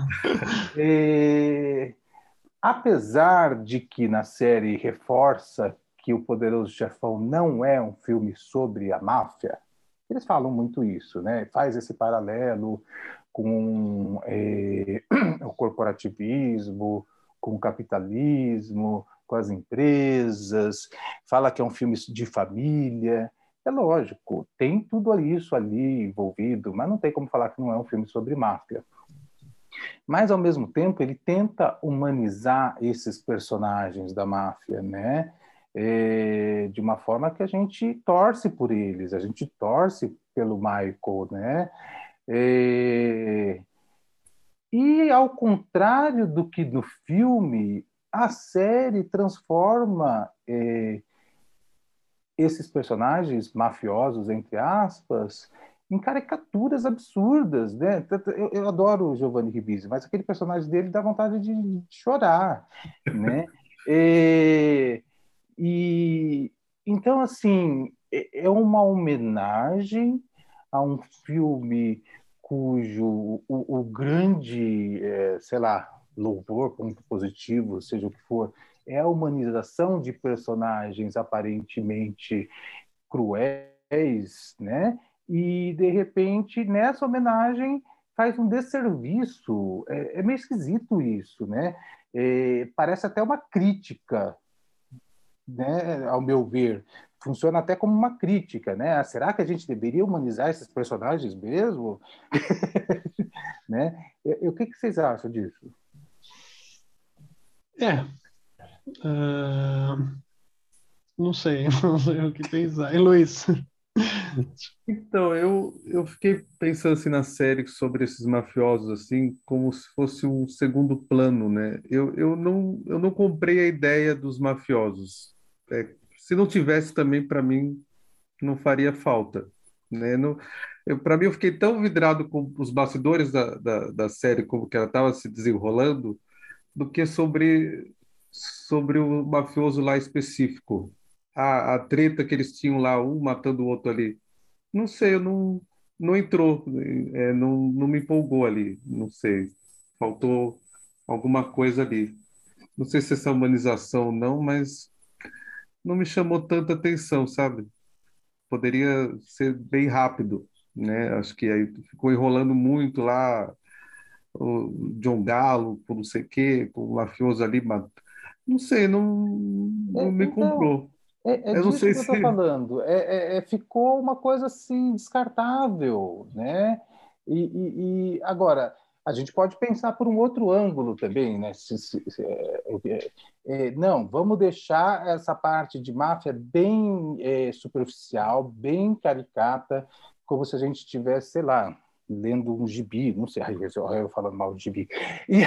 Apesar de que na série reforça que O Poderoso Chefão não é um filme sobre a máfia, eles falam muito isso, né? Faz esse paralelo com o corporativismo, com o capitalismo, com as empresas, fala que é um filme de família. É lógico, tem tudo isso ali envolvido, mas não tem como falar que não é um filme sobre máfia. Mas, ao mesmo tempo, ele tenta humanizar esses personagens da máfia, né? De uma forma que a gente torce por eles, a gente torce pelo Michael, né? É, E, ao contrário do que no filme, a série transforma esses personagens mafiosos, entre aspas, em caricaturas absurdas, né? Eu adoro o Giovanni Ribisi, mas aquele personagem dele dá vontade de chorar, né? E, e então, assim, é uma homenagem a um filme cujo o grande, sei lá, louvor, ponto positivo, seja o que for, é a humanização de personagens aparentemente cruéis, né? E, de repente, nessa homenagem faz um desserviço. É meio esquisito isso, né? Parece até uma crítica, né? Ao meu ver. Funciona até como uma crítica, né? Será que a gente deveria humanizar esses personagens mesmo? Né? O que vocês acham disso? É, ah, não sei, não sei o que pensar. E Luiz? Então, eu fiquei pensando assim na série sobre esses mafiosos, assim, como se fosse um segundo plano, né? Eu não comprei a ideia dos mafiosos. Se não tivesse também, para mim, não faria falta, né? Não, para mim, eu fiquei tão vidrado com os bastidores da série, como que ela estava se desenrolando, do que sobre o mafioso lá específico. A treta que eles tinham lá, um matando o outro ali. Não sei, eu não entrou, não me empolgou ali, não sei. Faltou alguma coisa ali. Não sei se essa humanização ou não, mas não me chamou tanta atenção, sabe? Poderia ser bem rápido, né? Acho que aí ficou enrolando muito lá o John Gallo, por não sei o quê, com o mafioso ali, mas não sei, não me Então, comprou. é Eu não disso sei que eu estou se. falando. Ficou uma coisa assim descartável, né? Agora a gente pode pensar por um outro ângulo também, né? Não, vamos deixar essa parte de máfia bem superficial, bem caricata, como se a gente estivesse, sei lá, lendo um gibi, não sei, eu falando mal de gibi. E,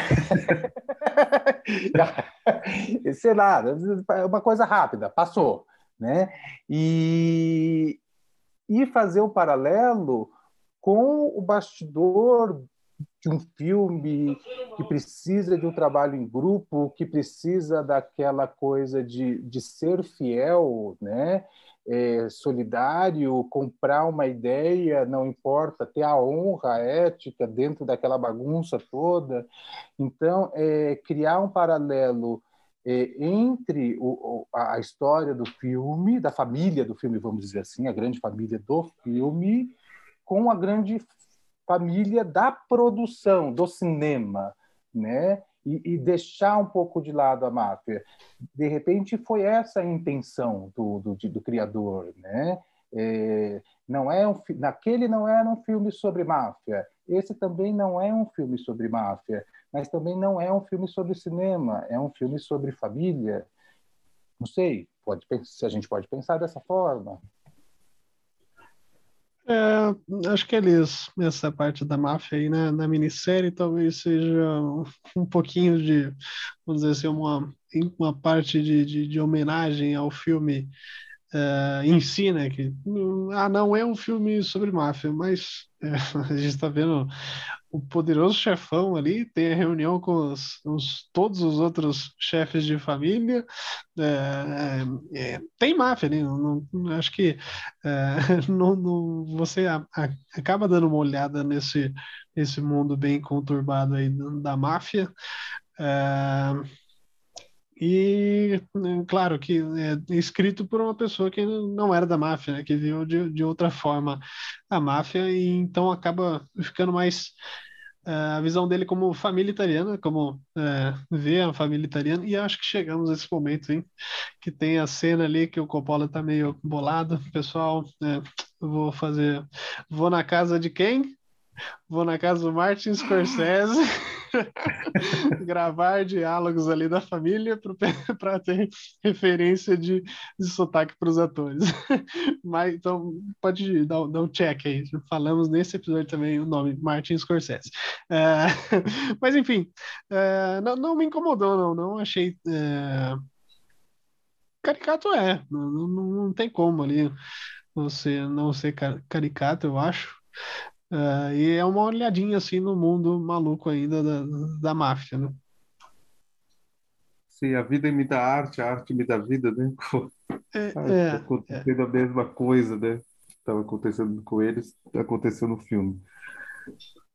sei lá, uma coisa rápida, passou, né? E, e fazer um paralelo com o bastidor de um filme que precisa de um trabalho em grupo, que precisa daquela coisa de ser fiel, né? Solidário, comprar uma ideia, não importa, ter a honra, a ética dentro daquela bagunça toda. Então, criar um paralelo entre a história do filme, da família do filme, vamos dizer assim, a grande família do filme, com a grande família da produção, do cinema, né? E deixar um pouco de lado a máfia. De repente, foi essa a intenção do criador, né? Não é naquele não era um filme sobre máfia, esse também não é um filme sobre máfia, mas também não é um filme sobre cinema, é um filme sobre família. Não sei, se a gente pode pensar dessa forma. Acho que essa parte da máfia aí na minissérie talvez seja um pouquinho de, vamos dizer assim, uma parte de homenagem ao filme em si, né? Que não é um filme sobre máfia, mas a gente está vendo o poderoso chefão ali, tem a reunião com todos os outros chefes de família. Tem máfia ali, acho que você acaba dando uma olhada nesse mundo bem conturbado aí da máfia. É, claro que é escrito por uma pessoa que não era da máfia, né, que viu de outra forma a máfia, e então acaba ficando mais a visão dele como família italiana, como ver a família italiana, e acho que chegamos a esse momento, hein, que tem a cena ali que o Coppola tá meio bolado. Pessoal, vou na casa de quem? Vou na casa do Martin Scorsese gravar diálogos ali da família para ter referência de sotaque para os atores. Mas, então, pode dar um check aí. Falamos nesse episódio também o nome, Martin Scorsese. É, mas, enfim, não me incomodou, não achei. Caricato não tem como ali você não ser caricato, eu acho. E é uma olhadinha assim no mundo maluco ainda da máfia, né? Se a vida me dá arte, a arte me dá vida, né? É, Tá é. acontecendo a mesma coisa, né? Estava acontecendo com eles, aconteceu no filme.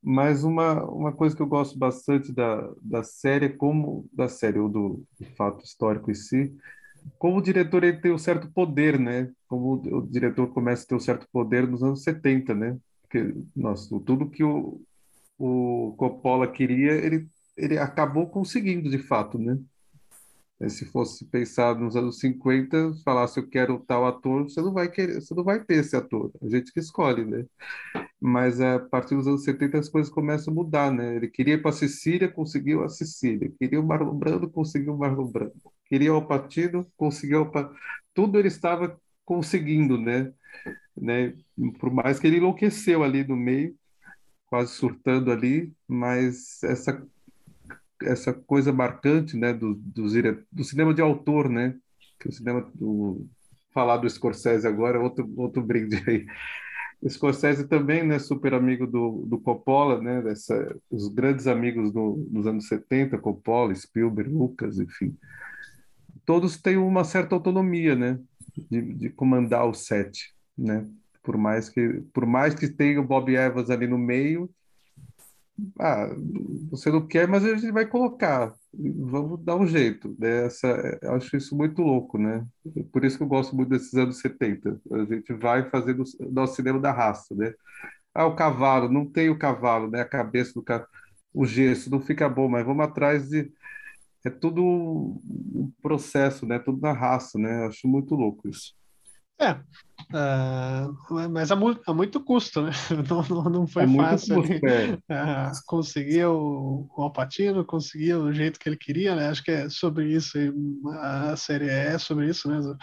Mas uma coisa que eu gosto bastante da série, como da série, ou do fato histórico em si, como o diretor ele tem um certo poder, né? Como o diretor começa a ter um certo poder nos anos 70, né? Porque, nossa, tudo que o Coppola queria, ele acabou conseguindo de fato, né? Se fosse pensar nos anos 50, falasse eu quero tal ator, você não vai querer, você não vai ter esse ator, a gente que escolhe, né? Mas a partir dos anos 70 as coisas começam a mudar, né? Ele queria ir para a Sicília, conseguiu a Sicília. Queria o Marlon Brando, conseguiu o Marlon Brando. Queria o Al Pacino, conseguiu o Al Pacino. Tudo ele estava conseguindo, né? Por mais que ele enlouqueceu ali no meio, quase surtando ali, mas essa coisa marcante, né, do cinema de autor, né? Que o cinema falar do Scorsese agora, outro brinde aí. Scorsese também, né, super amigo do Coppola, né, os grandes amigos nos anos 70, Coppola, Spielberg, Lucas, enfim. Todos têm uma certa autonomia, né, de comandar o set, né? Por mais que tenha o Bob Evans ali no meio, ah, você não quer, mas a gente vai colocar. Vamos dar um jeito, né? Eu acho isso muito louco, né? Por isso que eu gosto muito desses anos 70. A gente vai fazendo o nosso cinema da raça, né? Ah, o cavalo, não tem o cavalo, né? A cabeça do cavalo, o gesso, não fica bom, mas vamos atrás de. É tudo um processo, né? Tudo na raça, né? Eu acho muito louco isso. É, mas a muito custo, né? Não É foi muito fácil custo, ali é. conseguir o Al Pacino, conseguir o jeito que ele queria, né? Acho que é sobre isso, aí, a série é sobre isso mesmo.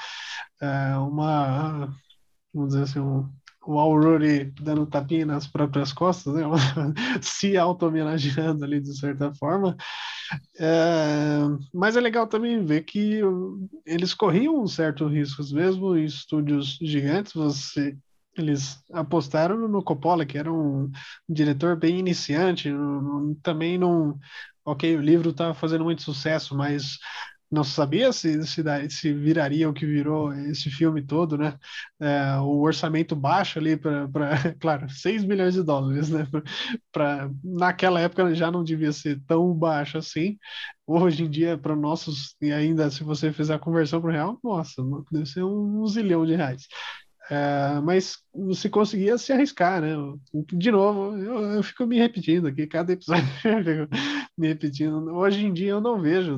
Vamos dizer assim, o Al Rooney dando tapinha nas próprias costas, né? Se auto-homenageando ali de certa forma. É, mas é legal também ver que eles corriam certos riscos mesmo em estúdios gigantes. Eles apostaram no Coppola, que era um diretor bem iniciante, também não. Ok, o livro estava fazendo muito sucesso, mas não sabia se viraria o que virou esse filme todo, né? O orçamento baixo ali para, claro, 6 milhões de dólares, né? Naquela época já não devia ser tão baixo assim. Hoje em dia, para nossos, e ainda se você fizer a conversão para o real, nossa, deve ser um zilhão de reais. Mas você conseguia se arriscar, né? De novo, eu fico me repetindo aqui, cada episódio eu fico me repetindo. Hoje em dia eu não vejo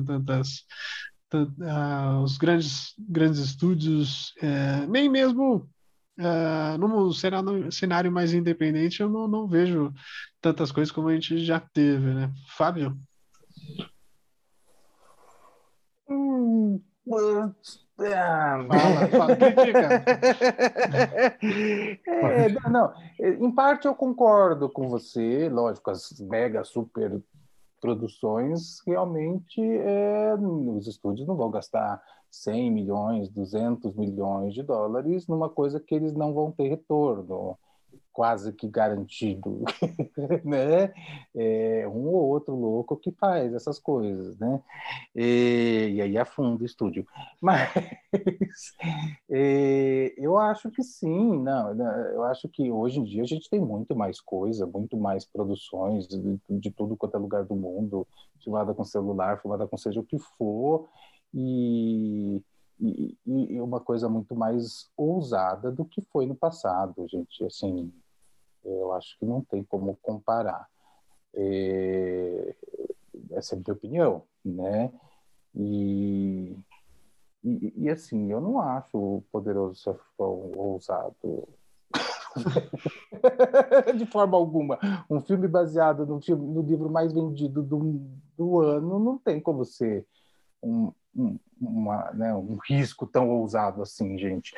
os grandes estúdios, nem mesmo no cenário mais independente, eu não vejo tantas coisas como a gente já teve, né? Fábio? Hum, Fala, critica. não, em parte eu concordo com você, lógico, as mega super produções realmente os estúdios não vão gastar 100 milhões, 200 milhões de dólares numa coisa que eles não vão ter retorno quase que garantido, né? Um ou outro louco que faz essas coisas, né? E aí afunda o estúdio. Mas eu acho que sim, não, eu acho que hoje em dia a gente tem muito mais coisa, muito mais produções de tudo quanto é lugar do mundo, filmada com celular, filmada com seja o que for, e uma coisa muito mais ousada do que foi no passado, gente, assim, eu acho que não tem como comparar. Essa é a minha opinião, né? E, assim, eu não acho o Poderoso Chefão ousado de forma alguma. Um filme baseado no livro mais vendido do ano não tem como ser um risco tão ousado assim, gente.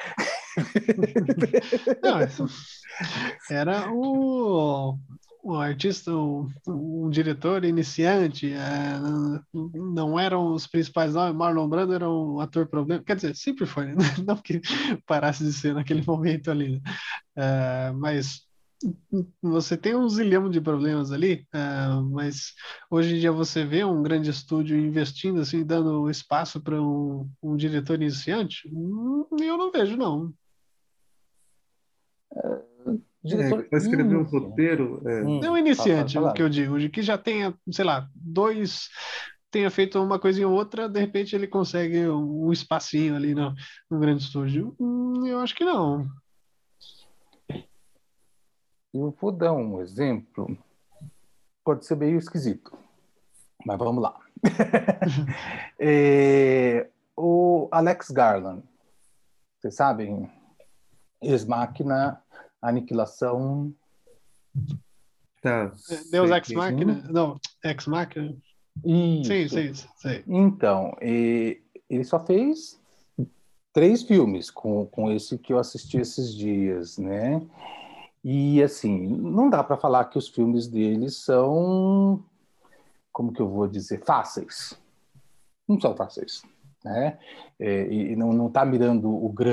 Não, era o artista, um diretor iniciante, não eram os principais nomes. Marlon Brando era um ator problema, quer dizer, sempre foi, né? Não que parasse de ser naquele momento ali, né? Mas você tem um zilhão de problemas ali, mas hoje em dia você vê um grande estúdio investindo assim, dando espaço para um diretor iniciante, eu não vejo, não. Diretor Para escrever um iniciante. roteiro, Não Pode iniciante, o que falar. eu digo, de que já tenha, sei lá, tenha feito uma coisinha ou outra, de repente ele consegue um espacinho ali no grande estúdio. Eu acho que não. Eu vou dar um exemplo, pode ser meio esquisito, mas vamos lá. O Alex Garland, vocês sabem? Ex-Máquina, Aniquilação. tá, Deus sei Ex que Machina? Não, Ex Machina? Sim, Isso. sim, sei. Então, ele só fez 3 filmes com esse que eu assisti esses dias, né? E assim, não dá para falar que os filmes dele são, como que eu vou dizer, fáceis. Não são fáceis, né? E não está mirando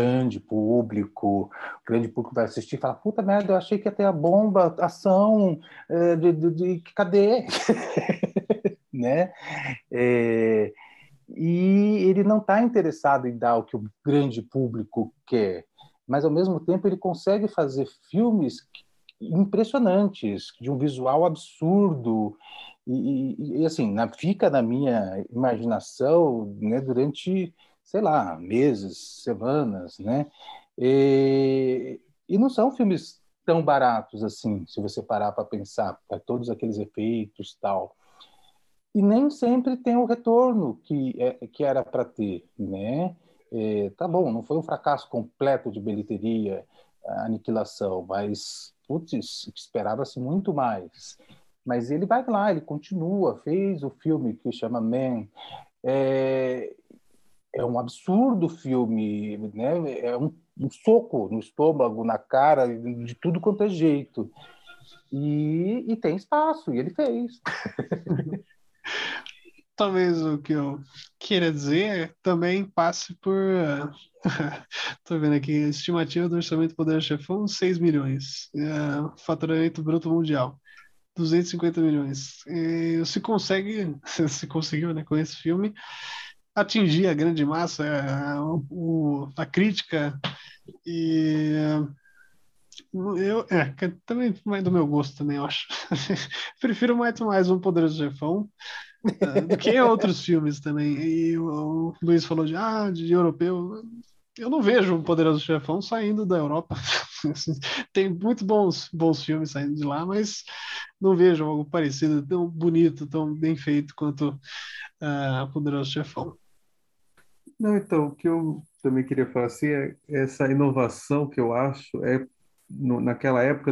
o grande público vai assistir e fala, puta merda, eu achei que ia ter a bomba, ação, cadê? Né? É, e ele não está interessado em dar o que o grande público quer, mas ao mesmo tempo ele consegue fazer filmes impressionantes, de um visual absurdo, e assim, fica na minha imaginação, né, durante, sei lá, meses, semanas, né? E não são filmes tão baratos assim, se você parar para pensar, todos aqueles efeitos tal. E nem sempre tem o retorno que era para ter, né? Tá bom, não foi um fracasso completo de bilheteria, a Aniquilação, mas, putz, esperava-se muito mais. Mas ele vai lá, ele continua, fez o filme que chama Man. É, é um absurdo filme, né? É um soco no estômago, na cara, de tudo quanto é jeito. E tem espaço, e ele fez. Talvez o que eu queira dizer também passe por. Tô vendo aqui, a estimativa do orçamento do Poder Chefão, 6 milhões. Faturamento bruto mundial, 250 milhões. Se consegue, se conseguiu, né, com esse filme, atingir a grande massa, a crítica e que também mais do meu gosto também, eu acho. Prefiro mais um Poderoso Chefão do que outros filmes também. E o Luiz falou de europeu. Eu não vejo o Poderoso Chefão saindo da Europa. Tem muito bons filmes saindo de lá, mas não vejo algo parecido, tão bonito, tão bem feito quanto Poderoso Chefão. não, então, o que eu também queria falar assim é essa inovação que eu acho naquela época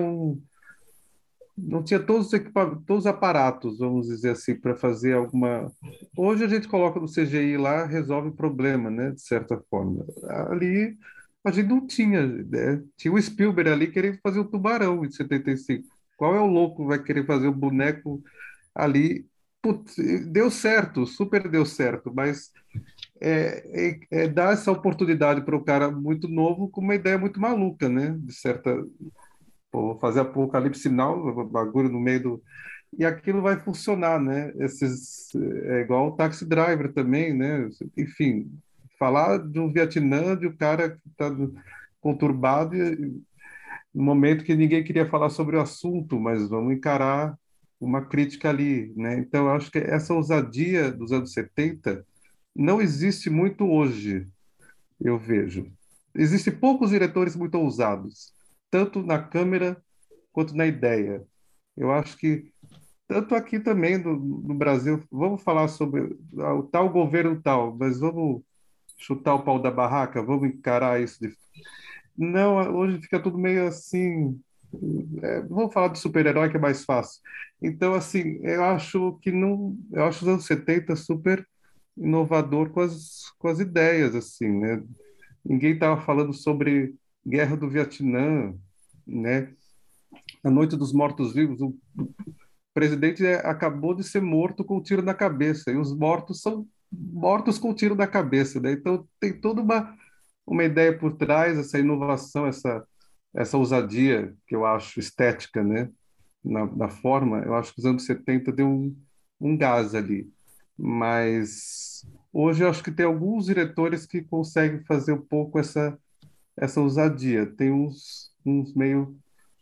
não tinha todos os todos os aparatos, vamos dizer assim, para fazer alguma. Hoje a gente coloca no CGI lá, resolve o problema, né, de certa forma. Ali a gente não tinha, né? Tinha o Spielberg ali querendo fazer o Tubarão em 75. Qual é o louco que vai querer fazer o boneco ali? Putz, deu certo, super deu certo, mas dar essa oportunidade para o cara muito novo com uma ideia muito maluca, né? De certa, pô, vou fazer Apocalipse Now, bagulho no meio do. E aquilo vai funcionar, né? É igual o Taxi Driver também, né? Enfim, falar do Vietnã, de um cara que está conturbado, no momento que ninguém queria falar sobre o assunto, mas vamos encarar uma crítica ali, né? Então, eu acho que essa ousadia dos anos 70 não existe muito hoje, eu vejo. Existem poucos diretores muito ousados, tanto na câmera quanto na ideia. Eu acho que, tanto aqui também no Brasil, vamos falar sobre o tal governo tal, mas vamos chutar o pau da barraca, vamos encarar isso. Não, hoje fica tudo meio assim. Vamos falar de super-herói que é mais fácil. Então, assim, eu acho que não. Eu acho os anos 70 super inovador com as ideias, assim, né? Ninguém estava falando sobre Guerra do Vietnã, né? A Noite dos Mortos-Vivos. O presidente acabou de ser morto com um tiro na cabeça, e os mortos são mortos com um tiro na cabeça, né? Então tem toda uma ideia por trás, essa inovação, essa ousadia que eu acho estética, né? Na forma, eu acho que os anos 70 deu um gás ali. Mas hoje eu acho que tem alguns diretores que conseguem fazer um pouco essa ousadia. Tem uns meio.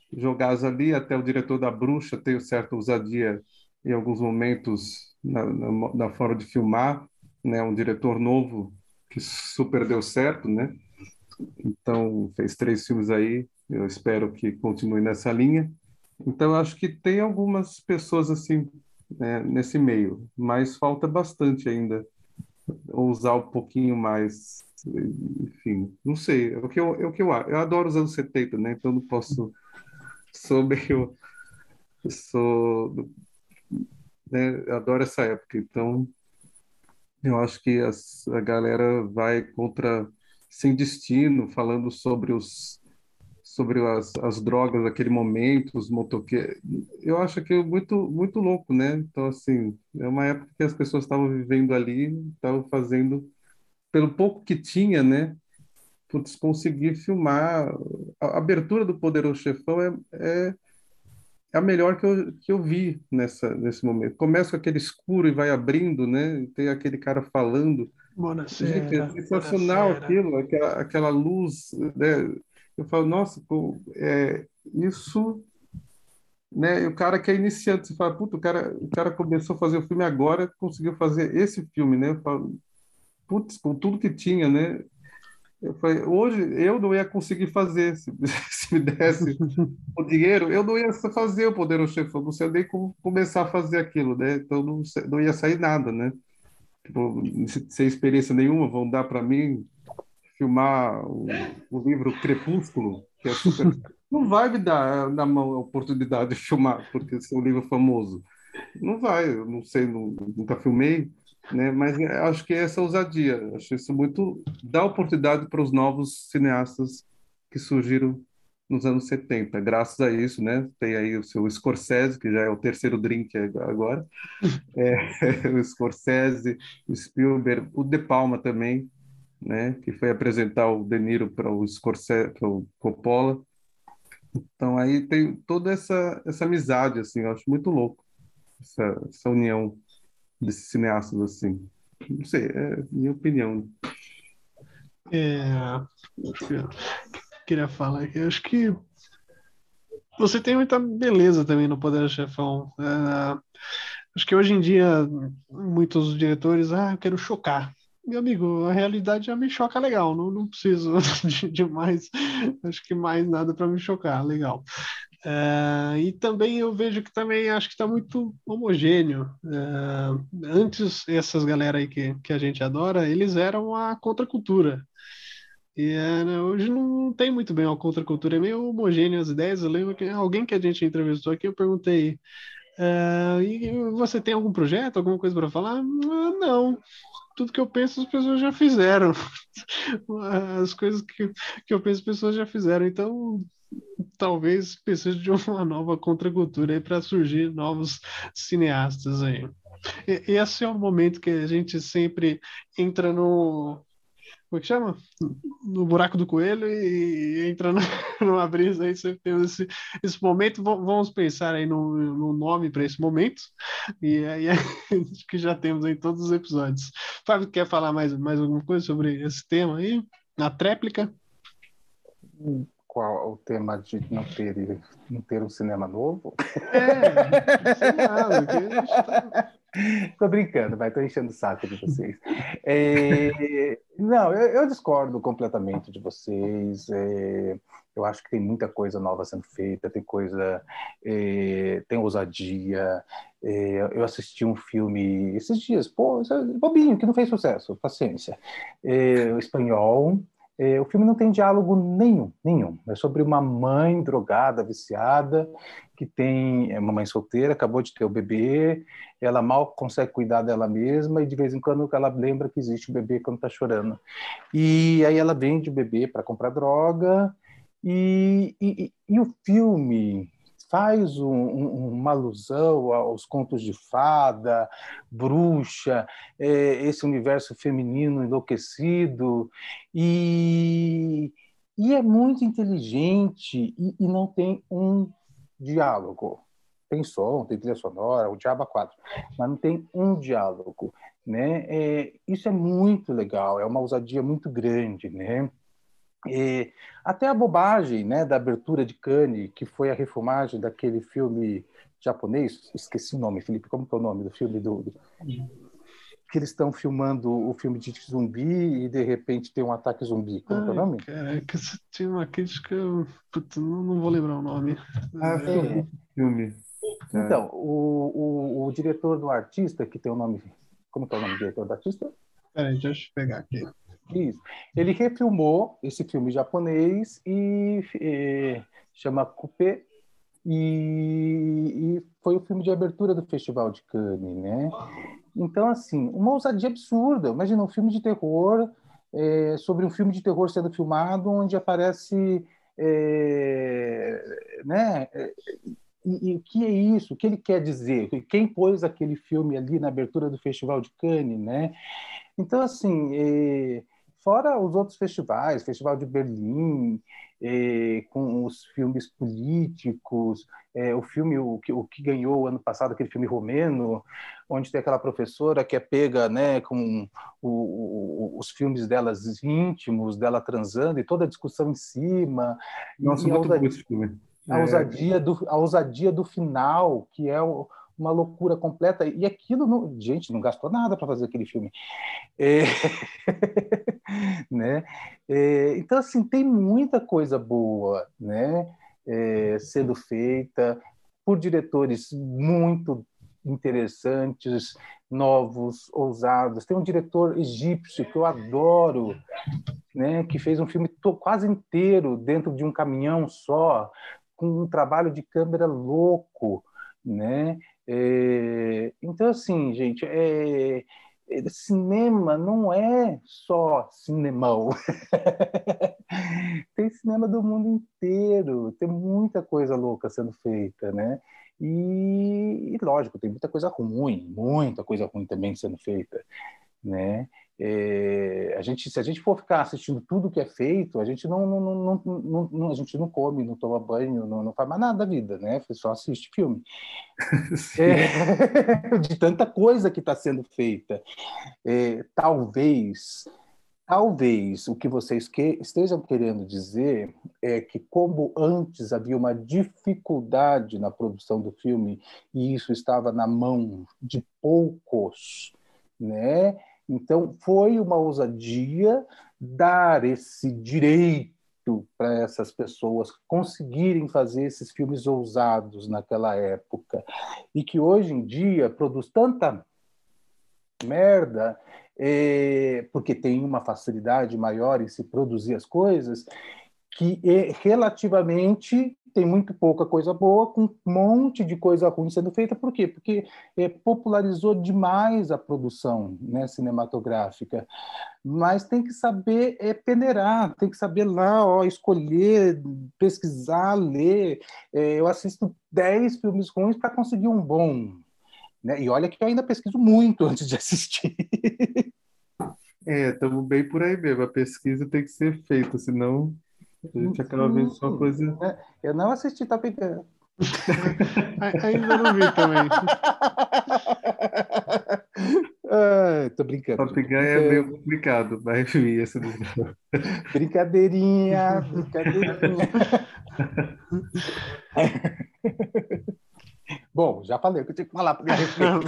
jogados ali, até o diretor da Bruxa tem certa ousadia em alguns momentos na forma de filmar, né? Um diretor novo que super deu certo, né? Então, fez 3 filmes aí, eu espero que continue nessa linha. Então, eu acho que tem algumas pessoas assim, né, nesse meio, mas falta bastante ainda ousar um pouquinho mais, enfim, não sei, é o que eu adoro os anos 70, né? Então, não posso, sou meio, sou, né, eu adoro essa época, então eu acho que a galera vai contra Sem Destino, falando sobre as drogas daquele momento, os motoqueiros. Eu acho que é muito louco, né? Então, assim, é uma época que as pessoas estavam vivendo ali, estavam fazendo, pelo pouco que tinha, né? Putz, conseguir filmar. A abertura do Poderoso Chefão é a melhor que eu vi nesse momento. Começa com aquele escuro e vai abrindo, né? E tem aquele cara falando. Gente, é Buonasera, sensacional buonasera. aquilo, aquela luz, né? Eu falo, nossa, pô, isso, né? E o cara que é iniciante, você fala, puta, o cara começou a fazer o filme agora, conseguiu fazer esse filme, né? Eu falo, putz, com tudo que tinha, né? Eu falei, hoje eu não ia conseguir fazer, se, se me desse o dinheiro, eu não ia fazer o Poderoso Chefão, não sei nem como começar a fazer aquilo, né? Então não ia sair nada, né? Tipo, sem experiência nenhuma, vão dar para mim filmar o livro Crepúsculo, que é super. Não vai me dar na mão a oportunidade de filmar, porque esse é um livro famoso. Não vai, eu não sei, nunca filmei, né? Mas acho que é essa ousadia, acho isso muito. Dá oportunidade para os novos cineastas que surgiram nos anos 70. Graças a isso, né? Tem aí o seu Scorsese, que já é o terceiro drink agora, o Scorsese, o Spielberg, o De Palma também, né, que foi apresentar o De Niro para o Scorsese, para o Coppola. Então aí tem toda essa amizade assim, eu acho muito louco essa união desses cineastas assim. Não sei, é minha opinião. É, eu queria falar aqui, acho que você tem muita beleza também no Poder Chefão. Acho que hoje em dia, muitos diretores, eu quero chocar. Meu amigo, a realidade já me choca legal, não preciso de mais, acho que mais nada para me chocar, legal. E também eu vejo que também acho que está muito homogêneo. Antes, essas galera aí que a gente adora, eles eram a contracultura. Né, hoje não tem muito bem uma contracultura, é meio homogêneo as ideias. Eu lembro que alguém que a gente entrevistou aqui, eu perguntei, e você tem algum projeto, alguma coisa para falar? Não, tudo que eu penso as pessoas já fizeram. As coisas que eu penso as pessoas já fizeram. Então, talvez precise de uma nova contracultura aí para surgir novos cineastas aí. E esse é o momento que a gente sempre entra no. Como é que chama? No buraco do coelho e entra numa brisa aí, sempre temos esse momento. Vamos pensar aí no nome para esse momento, e aí acho que já temos aí todos os episódios. Fábio, quer falar mais alguma coisa sobre esse tema aí? Na tréplica? Qual o tema de não ter um cinema novo? Sei lá, porque a gente tá. Tô brincando, vai, tô enchendo o saco de vocês. Não, eu discordo completamente de vocês. Eu acho que tem muita coisa nova sendo feita, tem ousadia. Eu assisti um filme esses dias, pô, isso é bobinho, que não fez sucesso, paciência. O espanhol. O filme não tem diálogo nenhum. É sobre uma mãe drogada, viciada, que é uma mãe solteira, acabou de ter o bebê, ela mal consegue cuidar dela mesma e de vez em quando ela lembra que existe o bebê quando está chorando. E aí ela vende o bebê para comprar droga e o filme faz uma alusão aos contos de fada, bruxa, esse universo feminino enlouquecido e é muito inteligente e não tem um diálogo. Tem som, tem trilha sonora, o diabo a quatro, mas não tem um diálogo, né? Isso é muito legal, é uma ousadia muito grande, né? Até a bobagem, né, da abertura de Cannes, que foi a refilmagem daquele filme japonês, esqueci o nome, Felipe, como que é o nome do filme que eles estão filmando o filme de zumbi e de repente tem um ataque zumbi. Como que é o Ai, nome? caraca, você tinha uma crítica. Puta, não vou lembrar o nome. Acho que eu vi o filme. Então, o diretor do artista, que tem o nome. Como que é o nome do diretor do artista? Peraí, deixa eu pegar aqui. Isso. Ele refilmou esse filme japonês e chama Coupé, e foi o filme de abertura do Festival de Cannes, né? Então, assim, uma ousadia absurda. Imagina um filme de terror, sobre um filme de terror sendo filmado, onde aparece, né? E o que é isso? O que ele quer dizer? Quem pôs aquele filme ali na abertura do Festival de Cannes, né? Então, assim, fora os outros festivais, Festival de Berlim, com os filmes políticos, o filme o que ganhou ano passado, aquele filme romeno, onde tem aquela professora que é pega, né, com os filmes delas íntimos, dela transando, e toda a discussão em cima. Nossa, muito bom esse filme. A ousadia do final, que é uma loucura completa. E aquilo, gente, não gastou nada para fazer aquele filme. Né? Então, assim, tem muita coisa boa, né, sendo feita por diretores muito interessantes, novos, ousados. Tem um diretor egípcio que eu adoro, né, que fez um filme quase inteiro dentro de um caminhão só, com um trabalho de câmera louco, né? Então, assim, gente, cinema não é só cinemão. Tem cinema do mundo inteiro, tem muita coisa louca sendo feita, né? E lógico, tem muita coisa ruim também sendo feita, né? Se a gente for ficar assistindo tudo que é feito, a gente a gente não come, não toma banho, não faz mais nada da vida, né? Só assiste filme. De tanta coisa que está sendo feita. Talvez o que vocês estejam querendo dizer é que, como antes havia uma dificuldade na produção do filme e isso estava na mão de poucos, né? Então, foi uma ousadia dar esse direito para essas pessoas conseguirem fazer esses filmes ousados naquela época. E que hoje em dia produz tanta merda, porque tem uma facilidade maior em se produzir as coisas, que relativamente tem muito pouca coisa boa, com um monte de coisa ruim sendo feita. Por quê? Porque popularizou demais a produção, né, cinematográfica. Mas tem que saber peneirar, tem que saber lá, escolher, pesquisar, ler. Eu assisto 10 filmes ruins para conseguir um bom. Né? E olha que eu ainda pesquiso muito antes de assistir. Estamos bem por aí mesmo. A pesquisa tem que ser feita, senão a gente acaba vendo só coisa. Eu não assisti Top Gun. Ainda não vi também. Tô brincando. Top Gun é meio complicado, mas enfim, esse do... Brincadeirinha. Bom, já falei o que eu tinha que falar para respeito.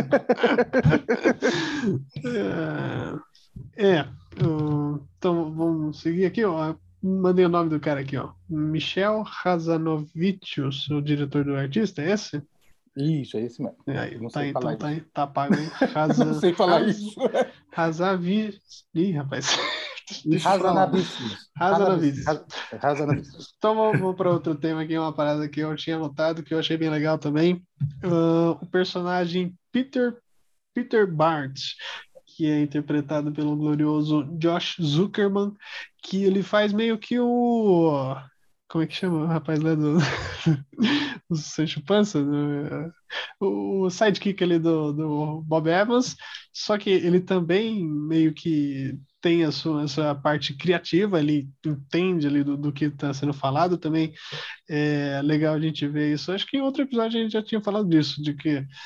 Então vamos seguir aqui, ó. Mandei o nome do cara aqui, ó. Michel Hazanavicius, o diretor do artista, é esse? Isso, é esse mesmo. Aí, não tá, sei então falar isso. tá pago aí. Não sei falar isso. Ih, rapaz. Hazanavicius. Então vamos para outro tema aqui, uma parada que eu tinha notado, que eu achei bem legal também. O personagem Peter Bart, que é interpretado pelo glorioso Josh Zuckerman, que ele faz meio que o... Como é que chama o rapaz lá do... o Sancho Panza? O sidekick ali do Bob Evans, só que ele também meio que tem essa parte criativa, ele entende ali do que está sendo falado também. É legal a gente ver isso. Acho que em outro episódio a gente já tinha falado disso, de que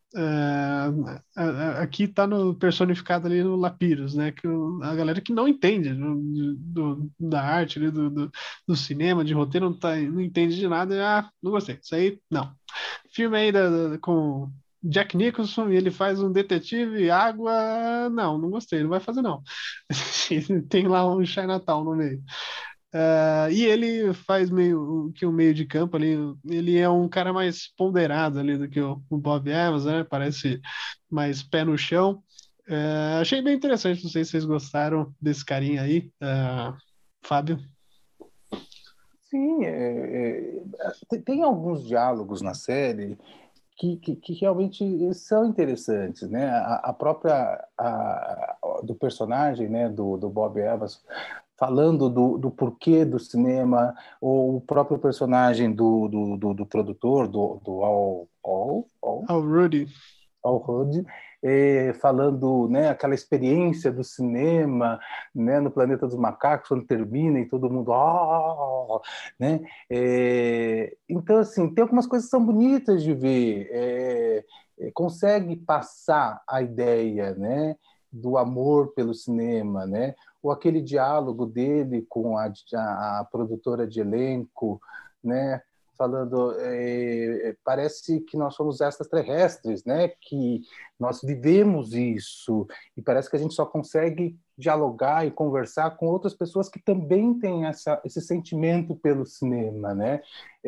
Aqui está personificado ali no Lapyrus, né? Que a galera que não entende da arte, ali, do cinema, de roteiro, não entende de nada. Não gostei. Isso aí, não. Filme aí com Jack Nicholson e ele faz um detetive água. Não gostei, não vai fazer não. Tem lá um Chinatown no meio. E ele faz meio que um meio de campo ali. Ele é um cara mais ponderado ali do que o Bob Evans, né? Parece mais pé no chão. Achei bem interessante. Não sei se vocês gostaram desse carinha aí, Fábio. Sim, tem alguns diálogos na série que realmente são interessantes, né? A própria do personagem, né, do Bob Evans, falando do porquê do cinema, ou o próprio personagem do produtor, do Ao Rudy. Al Rudd, falando, né, aquela experiência do cinema, né, no Planeta dos Macacos, quando termina e todo mundo, né? Então, assim, tem algumas coisas que são bonitas de ver, consegue passar a ideia, né, do amor pelo cinema, né? Ou aquele diálogo dele com a produtora de elenco, né? Falando, parece que nós somos extraterrestres, né? Que nós vivemos isso e parece que a gente só consegue dialogar e conversar com outras pessoas que também têm esse sentimento pelo cinema, né?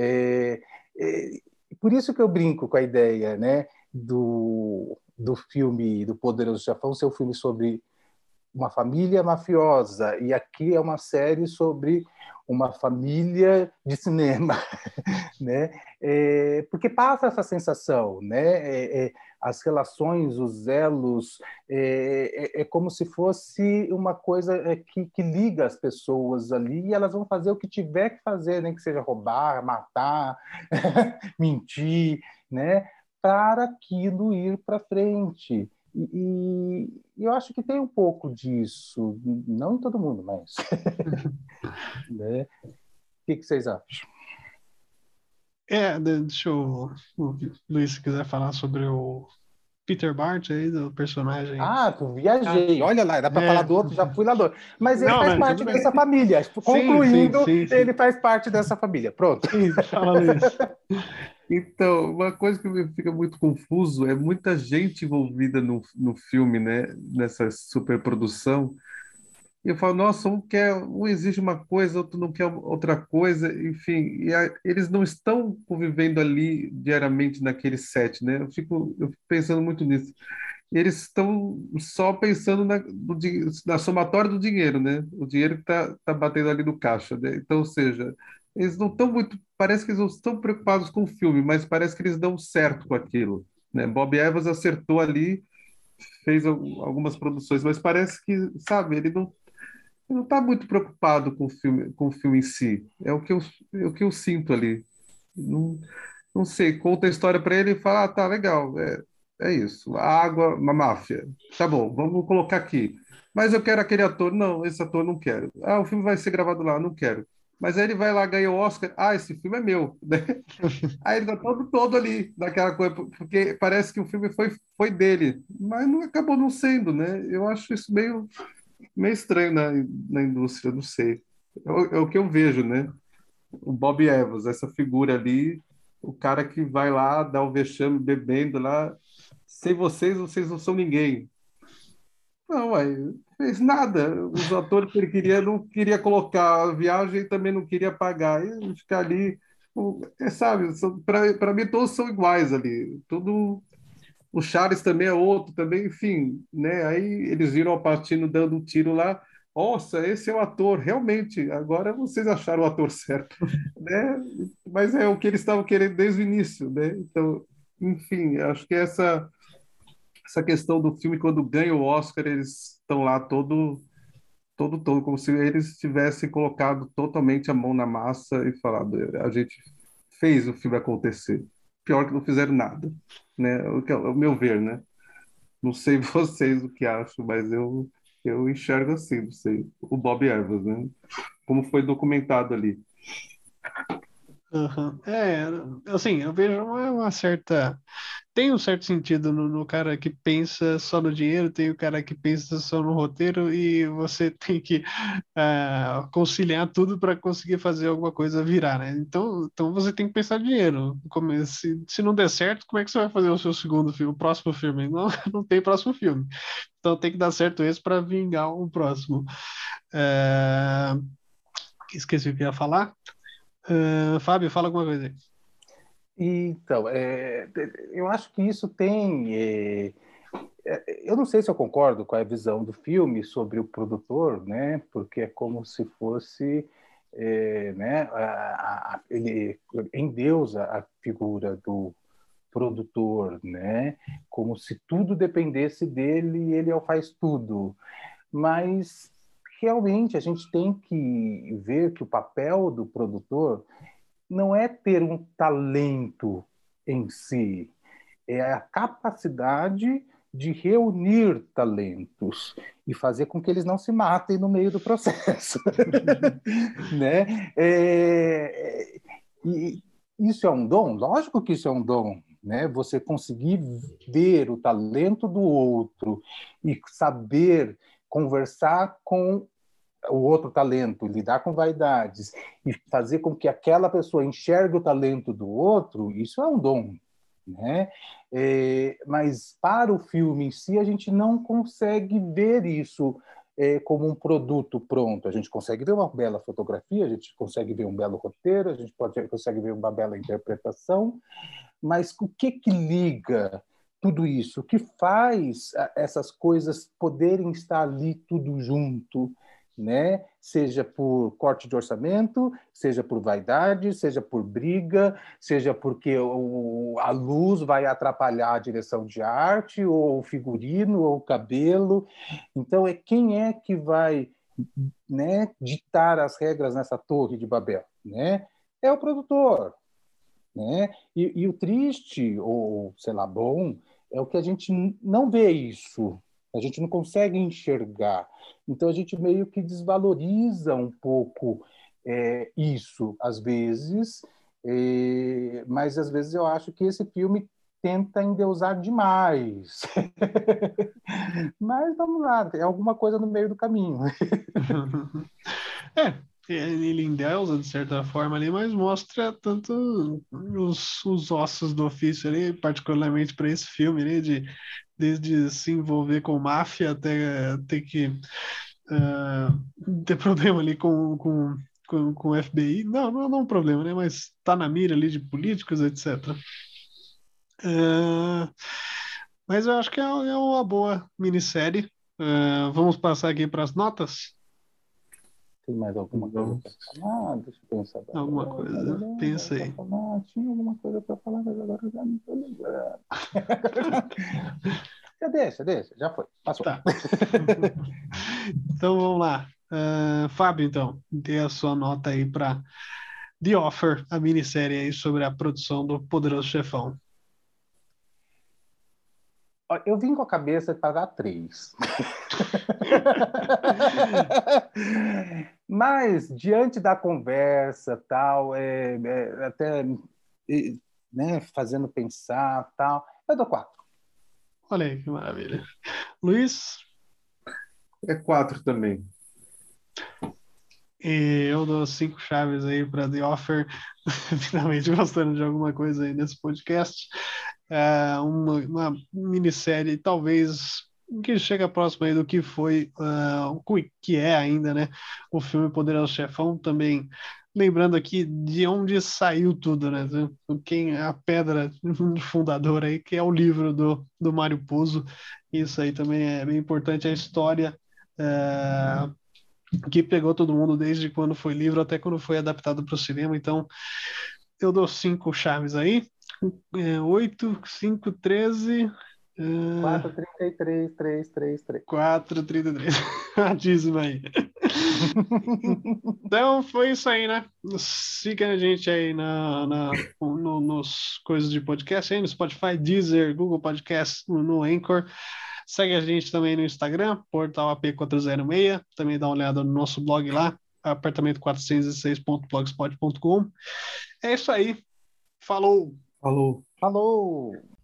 Por isso que eu brinco com a ideia, né? Do filme do Poderoso Chefão ser um filme sobre uma família mafiosa, e aqui é uma série sobre uma família de cinema, né? Porque passa essa sensação, né? As relações, os elos, como se fosse uma coisa que liga as pessoas ali, e elas vão fazer o que tiver que fazer, nem que seja roubar, matar, mentir, né? Para aquilo ir para frente. E eu acho que tem um pouco disso, não em todo mundo, mas né? O que vocês acham? Deixa o Luiz, se quiser falar sobre o Peter Bart aí, do personagem. Tu viajei. Olha lá, era para falar do outro, já fui lá do outro. Mas ele Não, faz não, parte tudo bem. dessa família. Sim. Concluindo, ele faz parte dessa família. Pronto. Sim, fala, Luiz. Então, uma coisa que me fica muito confuso é muita gente envolvida no filme, né? Nessa superprodução. E eu falo, nossa, um exige uma coisa, outro não quer outra coisa, enfim, eles não estão convivendo ali diariamente naquele set, né? Eu fico pensando muito nisso. E eles estão só pensando na somatória do dinheiro, né? O dinheiro que tá batendo ali no caixa, né? Então, ou seja, eles não estão muito, parece que eles não estão preocupados com o filme, mas parece que eles dão certo com aquilo, né? Bob Evans acertou ali, fez algumas produções, mas parece que, sabe, ele não está muito preocupado com o filme em si. É o que eu sinto ali. Não, não sei, conta a história para ele e fala, tá, legal, é isso. A água, uma máfia. Tá bom, vamos colocar aqui. Mas eu quero aquele ator. Não, esse ator não quero. O filme vai ser gravado lá, não quero. Mas aí ele vai lá, ganha o Oscar. Esse filme é meu, né? Aí ele tá todo ali, naquela coisa, porque parece que o filme foi dele, mas não acabou não sendo, né? Eu acho isso meio estranho na indústria, não sei. É o que eu vejo, né? O Bob Evans, essa figura ali, o cara que vai lá, dá o vexame bebendo lá, sem vocês não são ninguém. Não, ué, fez nada. Os atores que ele queria, não queria colocar a viagem e também não queria pagar. E ficar ali, sabe, para mim todos são iguais ali. Tudo. O Charles também é outro, também, enfim, né? Aí eles viram o Al Pacino dando um tiro lá. Nossa, esse é o ator, realmente. Agora vocês acharam o ator certo, né? Mas é o que eles estavam querendo desde o início, né? Então, enfim, acho que essa questão do filme, quando ganha o Oscar, eles estão lá todo, como se eles tivessem colocado totalmente a mão na massa e falado, a gente fez o filme acontecer. Pior que não fizeram nada, né? O meu ver, né? Não sei vocês o que acham, mas eu enxergo assim, não sei. O Bob Evans, né? Como foi documentado ali. Aham. Assim, eu vejo uma certa. Tem um certo sentido no cara que pensa só no dinheiro, tem o cara que pensa só no roteiro, e você tem que conciliar tudo para conseguir fazer alguma coisa virar, né? Então você tem que pensar em dinheiro. Se não der certo, como é que você vai fazer o seu segundo filme, o próximo filme? Não, não tem próximo filme. Então tem que dar certo esse para vingar o próximo. É, Esqueci o que eu ia falar. Fábio, fala alguma coisa aí. Então, eu acho que isso tem. Eu não sei se eu concordo com a visão do filme sobre o produtor, né? Porque é como se fosse, né? Ele endeusa a figura do produtor, né? Como se tudo dependesse dele e ele faz tudo. Mas realmente a gente tem que ver que o papel do produtor não é ter um talento em si, é a capacidade de reunir talentos e fazer com que eles não se matem no meio do processo, né? E isso é um dom? Lógico que isso é um dom, né? Você conseguir ver o talento do outro e saber conversar com o outro talento, lidar com vaidades e fazer com que aquela pessoa enxergue o talento do outro, isso é um dom, né? Mas para o filme em si, a gente não consegue ver isso como um produto pronto. A gente consegue ver uma bela fotografia, a gente consegue ver um belo roteiro, a gente consegue ver uma bela interpretação, mas o que liga tudo isso? O que faz essas coisas poderem estar ali tudo junto? Né? Seja por corte de orçamento, seja por vaidade, seja por briga, seja porque a luz vai atrapalhar a direção de arte, ou o figurino, ou o cabelo. Então, quem é que vai, né, ditar as regras nessa torre de Babel? Né? É o produtor. Né? E o triste, ou sei lá, bom, é o que a gente não vê isso, a gente não consegue enxergar. Então a gente meio que desvaloriza um pouco isso, às vezes, mas às vezes eu acho que esse filme tenta endeusar demais. Mas vamos lá, é alguma coisa no meio do caminho. É, ele endeusa de certa forma ali, mas mostra tanto os ossos do ofício ali, particularmente para esse filme ali, desde se envolver com máfia até ter que ter problema ali com o FBI. Não é um problema, né? Mas tá na mira ali de políticos, etc. Ah, mas eu acho que é uma boa minissérie. Vamos passar aqui para as notas? Tem mais alguma coisa Vamos. para falar? Deixa eu pensar. Alguma coisa? Pensa aí. Tinha alguma coisa para falar, mas agora eu já não estou lembrando. Deixa, já foi, passou. Tá. Então vamos lá. Fábio, então, dê a sua nota aí para The Offer, a minissérie aí sobre a produção do Poderoso Chefão. Eu vim com a cabeça de pagar 3. Mas, diante da conversa, tal, até né, fazendo pensar, tal, eu dou 4. Olha aí que maravilha. Luiz? É 4 também. E eu dou 5 chaves aí para The Offer. Finalmente gostando de alguma coisa aí nesse podcast. Uma minissérie, talvez, que chega próximo aí do que foi, que é ainda, né? O filme Poderoso Chefão, também. Lembrando aqui de onde saiu tudo, né? Quem a pedra fundadora aí, que é o livro do Mário Puzo. Isso aí também é bem importante, a história. Que pegou todo mundo desde quando foi livro até quando foi adaptado para o cinema. Então, eu dou 5 chaves aí. 8, 5, 13. 4,33, 3,33. 4,33. A dízima aí. Então, foi isso aí, né? Siga a gente aí nos coisas de podcast aí, no Spotify, Deezer, Google Podcast, no Anchor. Segue a gente também no Instagram, portal AP406. Também dá uma olhada no nosso blog lá, apartamento406.blogspot.com. É isso aí. Falou! Falou. Falou!